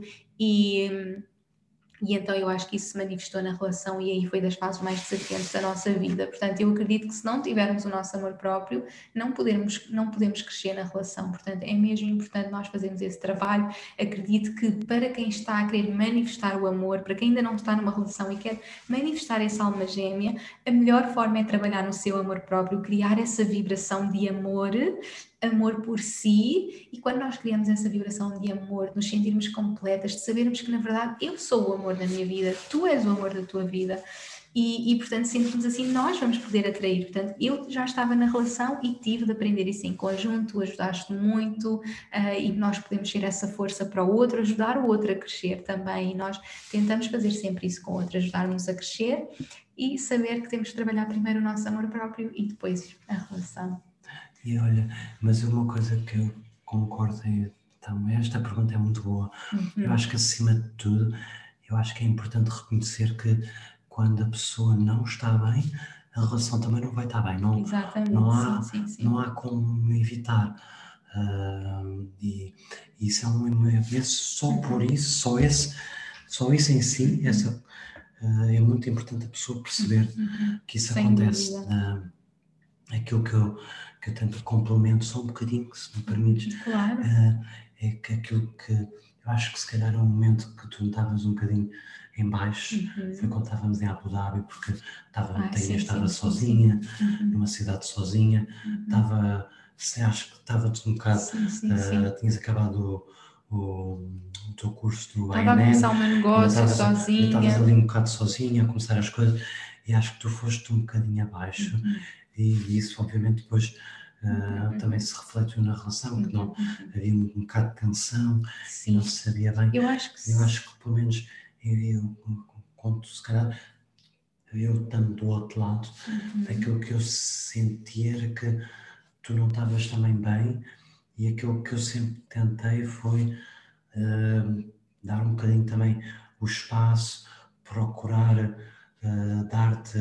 e então eu acho que isso se manifestou na relação e aí foi das fases mais desafiantes da nossa vida. Portanto, eu acredito que se não tivermos o nosso amor próprio, não podemos crescer na relação. Portanto, é mesmo importante nós fazermos esse trabalho. Acredito que para quem está a querer manifestar o amor, para quem ainda não está numa relação e quer manifestar essa alma gêmea, a melhor forma é trabalhar no seu amor próprio, criar essa vibração de amor por si, e quando nós criamos essa vibração de amor, de nos sentirmos completas, de sabermos que na verdade eu sou o amor da minha vida, tu és o amor da tua vida, portanto sentimos assim, nós vamos poder atrair. Portanto, eu já estava na relação e tive de aprender isso em conjunto, tu ajudaste muito, e nós podemos ser essa força para o outro, ajudar o outro a crescer também, e nós tentamos fazer sempre isso com o outro, ajudar-nos a crescer e saber que temos de trabalhar primeiro o nosso amor próprio e depois a relação. E olha, mas uma coisa que eu concordo é, então, esta pergunta é muito boa. Eu acho que acima de tudo, eu acho que é importante reconhecer que quando a pessoa não está bem, a relação também não vai estar bem. Exatamente, sim. Não há como evitar. E isso é um imenso, só por isso, só isso em si, é muito importante a pessoa perceber que isso Sem acontece. dúvida. Aquilo que eu tanto complemento só um bocadinho, se me permites, Claro. é que aquilo que eu acho que se calhar é um momento que tu estavas um bocadinho em baixo, foi quando estávamos em Abu Dhabi, porque estava sozinha, numa cidade sozinha, acho que estava-te um bocado, tinhas acabado o teu curso do Estava a INN, começar o meu negócio estavas sozinha. ali um bocado sozinha, a começar as coisas, e acho que tu foste um bocadinho abaixo, e isso obviamente depois também se refletiu na relação, que não havia um bocado de tensão, e não se sabia bem. Eu acho que pelo menos eu conto, se calhar, eu estando do outro lado, aquilo que eu sentia era que tu não estavas também bem, e aquilo que eu sempre tentei foi dar um bocadinho também o espaço, procurar dar-te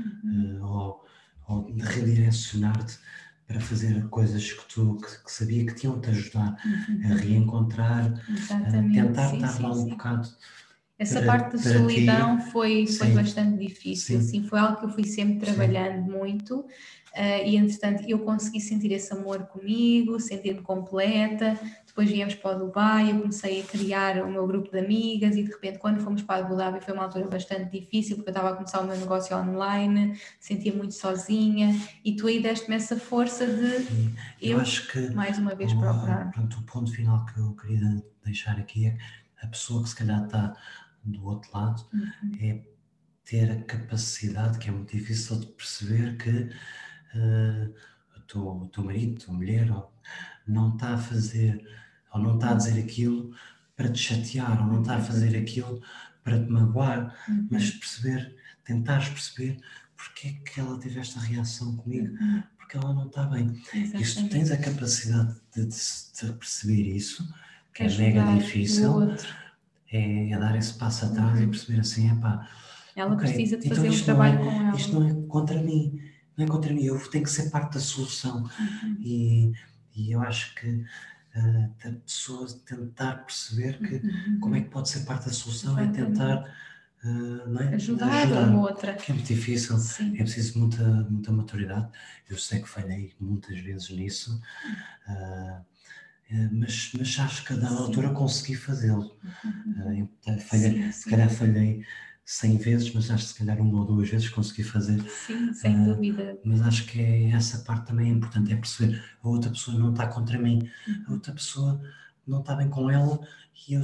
ou redirecionar-te para fazer coisas que sabia que te iam-te ajudar a reencontrar, a tentar estar lá um bocado. Essa parte da solidão foi bastante difícil, foi algo que eu fui sempre trabalhando muito, e entretanto eu consegui sentir esse amor comigo, sentir-me completa. Depois viemos para o Dubai, eu comecei a criar o meu grupo de amigas, e de repente quando fomos para Abu Dhabi foi uma altura bastante difícil, porque eu estava a começar o meu negócio online, sentia muito sozinha, e tu aí deste-me essa força de eu acho que mais uma vez procurar. Pronto, o ponto final que eu queria deixar aqui é a pessoa que se calhar está do outro lado é ter a capacidade, que é muito difícil, de perceber que o teu marido, a tua mulher, não está a fazer, ou não está a dizer aquilo para te chatear, ou não está a fazer aquilo para te magoar, mas tentares perceber porque é que ela teve esta reação comigo, porque ela não está bem. E se tu tens a capacidade de perceber isso, que é mega difícil, é dar esse passo atrás e perceber assim, ela precisa de fazer um trabalho com ela. Isto não é contra mim, eu tenho que ser parte da solução. E eu acho que a pessoa tentar perceber que como é que pode ser parte da solução é tentar ajudar uma outra, que é muito difícil, é preciso muita maturidade. Eu sei que falhei muitas vezes nisso, mas acho que a dada altura consegui fazê-lo. Se calhar falhei 100 vezes, mas acho que se calhar uma ou duas vezes consegui fazer. Sim, sem dúvida. Mas acho que essa parte também é importante, é perceber a outra pessoa não está contra mim, a outra pessoa não está bem com ela, e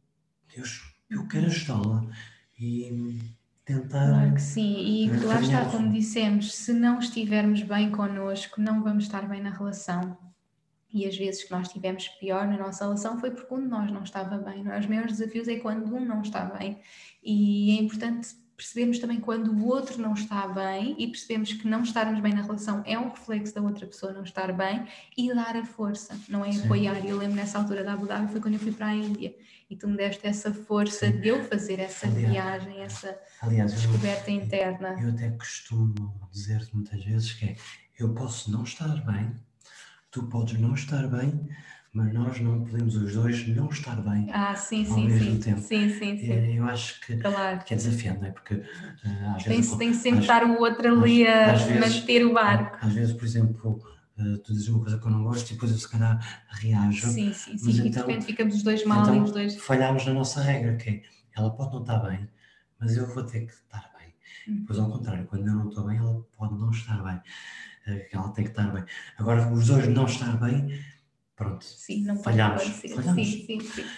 eu quero ajudá-la e tentar. Claro que sim, e lá está, como dissemos, se não estivermos bem connosco, não vamos estar bem na relação. E as vezes que nós estivemos pior na nossa relação foi porque um de nós não estava bem, não é? Os maiores desafios é quando um não está bem, e é importante percebermos também quando o outro não está bem, e percebemos que não estarmos bem na relação é um reflexo da outra pessoa não estar bem, e dar a força, não é apoiar. Eu lembro nessa altura da Abu Dhabi foi quando eu fui para a Índia, e tu me deste essa força de eu fazer essa viagem, essa descoberta interna. Eu até costumo dizer muitas vezes que eu posso não estar bem, tu podes não estar bem, mas nós não podemos os dois não estar bem ao mesmo tempo. Sim. Eu acho que é desafiante, não é? Porque às vezes tem que sempre estar o outro ali a manter o barco. Às vezes, por exemplo, tu dizes uma coisa que eu não gosto e depois eu se calhar reajo. Sim. Mas e então, de repente ficamos os dois mal, e os dois falhámos na nossa regra, que é, ela pode não estar bem, mas eu vou ter que estar bem. Depois ao contrário, quando eu não estou bem, ela pode não estar bem. Ela tem que estar bem. Agora, os dois não estar bem, pronto, não falhamos. Sim.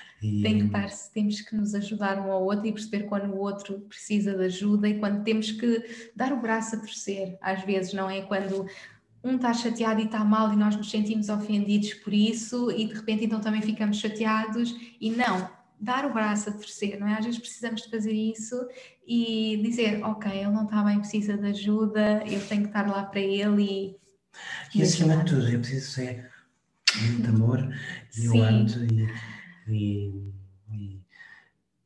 Temos que nos ajudar um ao outro e perceber quando o outro precisa de ajuda e quando temos que dar o braço a torcer. Às vezes, não é? Quando um está chateado e está mal e nós nos sentimos ofendidos por isso, e de repente então também ficamos chateados, e não, dar o braço a torcer, não é? Às vezes precisamos de fazer isso e dizer, ok, ele não está bem, precisa de ajuda, eu tenho que estar lá para ele e acima de tudo, é preciso ser muito amor, e eu ando e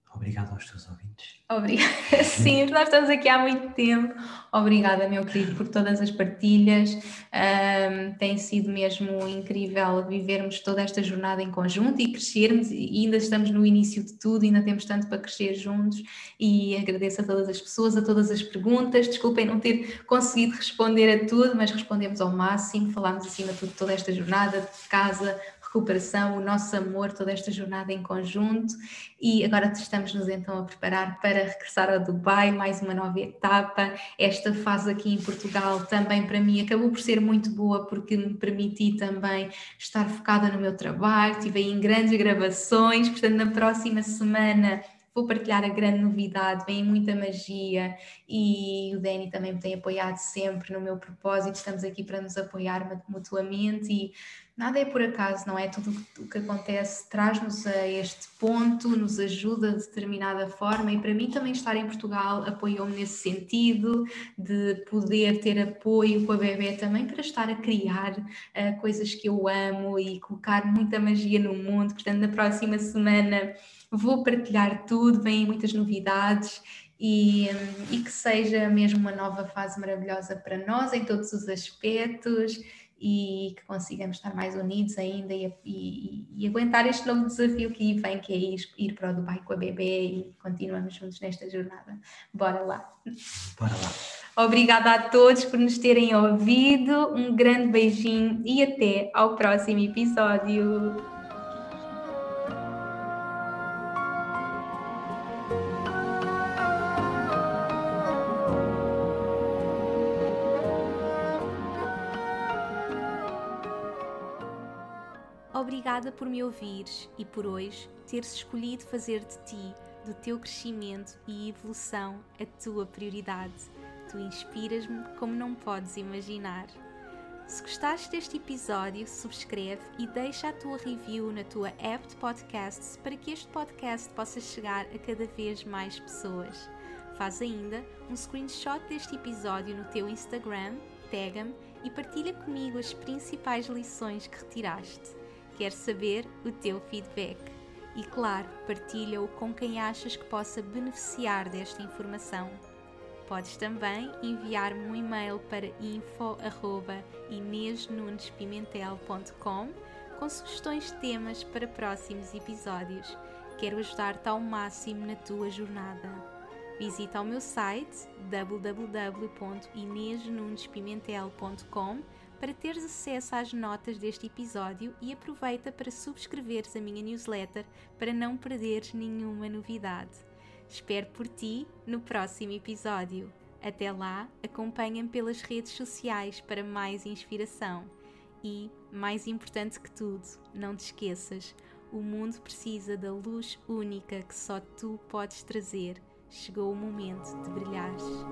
Obrigado aos teus ouvintes. Obrigada. Sim, nós estamos aqui há muito tempo. Obrigada, meu querido, por todas as partilhas. Tem sido mesmo incrível vivermos toda esta jornada em conjunto e crescermos, e ainda estamos no início de tudo, ainda temos tanto para crescer juntos, e agradeço a todas as pessoas, a todas as perguntas. Desculpem não ter conseguido responder a tudo, mas respondemos ao máximo. Falámos acima de tudo toda esta jornada de casa, recuperação, o nosso amor, toda esta jornada em conjunto, e agora estamos-nos então a preparar para regressar a Dubai, mais uma nova etapa. Esta fase aqui em Portugal também para mim acabou por ser muito boa, porque me permiti também estar focada no meu trabalho, estive aí em grandes gravações, portanto na próxima semana vou partilhar a grande novidade, vem muita magia, e o Dani também me tem apoiado sempre no meu propósito, estamos aqui para nos apoiar mutuamente, e nada é por acaso, não é? Tudo o que acontece traz-nos a este ponto, nos ajuda de determinada forma, e para mim também estar em Portugal apoiou-me nesse sentido, de poder ter apoio com a bebê também para estar a criar coisas que eu amo e colocar muita magia no mundo. Portanto, na próxima semana vou partilhar tudo, vêm muitas novidades, e que seja mesmo uma nova fase maravilhosa para nós em todos os aspectos, e que consigamos estar mais unidos ainda, e aguentar este novo desafio que vem, que é ir para o Dubai com a bebê, e continuamos juntos nesta jornada. Bora lá! Bora lá! Obrigada a todos por nos terem ouvido, um grande beijinho e até ao próximo episódio! Obrigada por me ouvires e por hoje teres escolhido fazer de ti, do teu crescimento e evolução, a tua prioridade. Tu inspiras-me como não podes imaginar. Se gostaste deste episódio, subscreve e deixa a tua review na tua app de podcasts para que este podcast possa chegar a cada vez mais pessoas. Faz ainda um screenshot deste episódio no teu Instagram, tag-me e partilha comigo as principais lições que retiraste. Quero saber o teu feedback. E claro, partilha-o com quem achas que possa beneficiar desta informação. Podes também enviar-me um e-mail para info@inesnunespimentel.com com sugestões de temas para próximos episódios. Quero ajudar-te ao máximo na tua jornada. Visita o meu site www.inesnunespimentel.com para teres acesso às notas deste episódio, e aproveita para subscreveres a minha newsletter para não perderes nenhuma novidade. Espero por ti no próximo episódio. Até lá, acompanha-me pelas redes sociais para mais inspiração. E, mais importante que tudo, não te esqueças, o mundo precisa da luz única que só tu podes trazer. Chegou o momento de brilhares.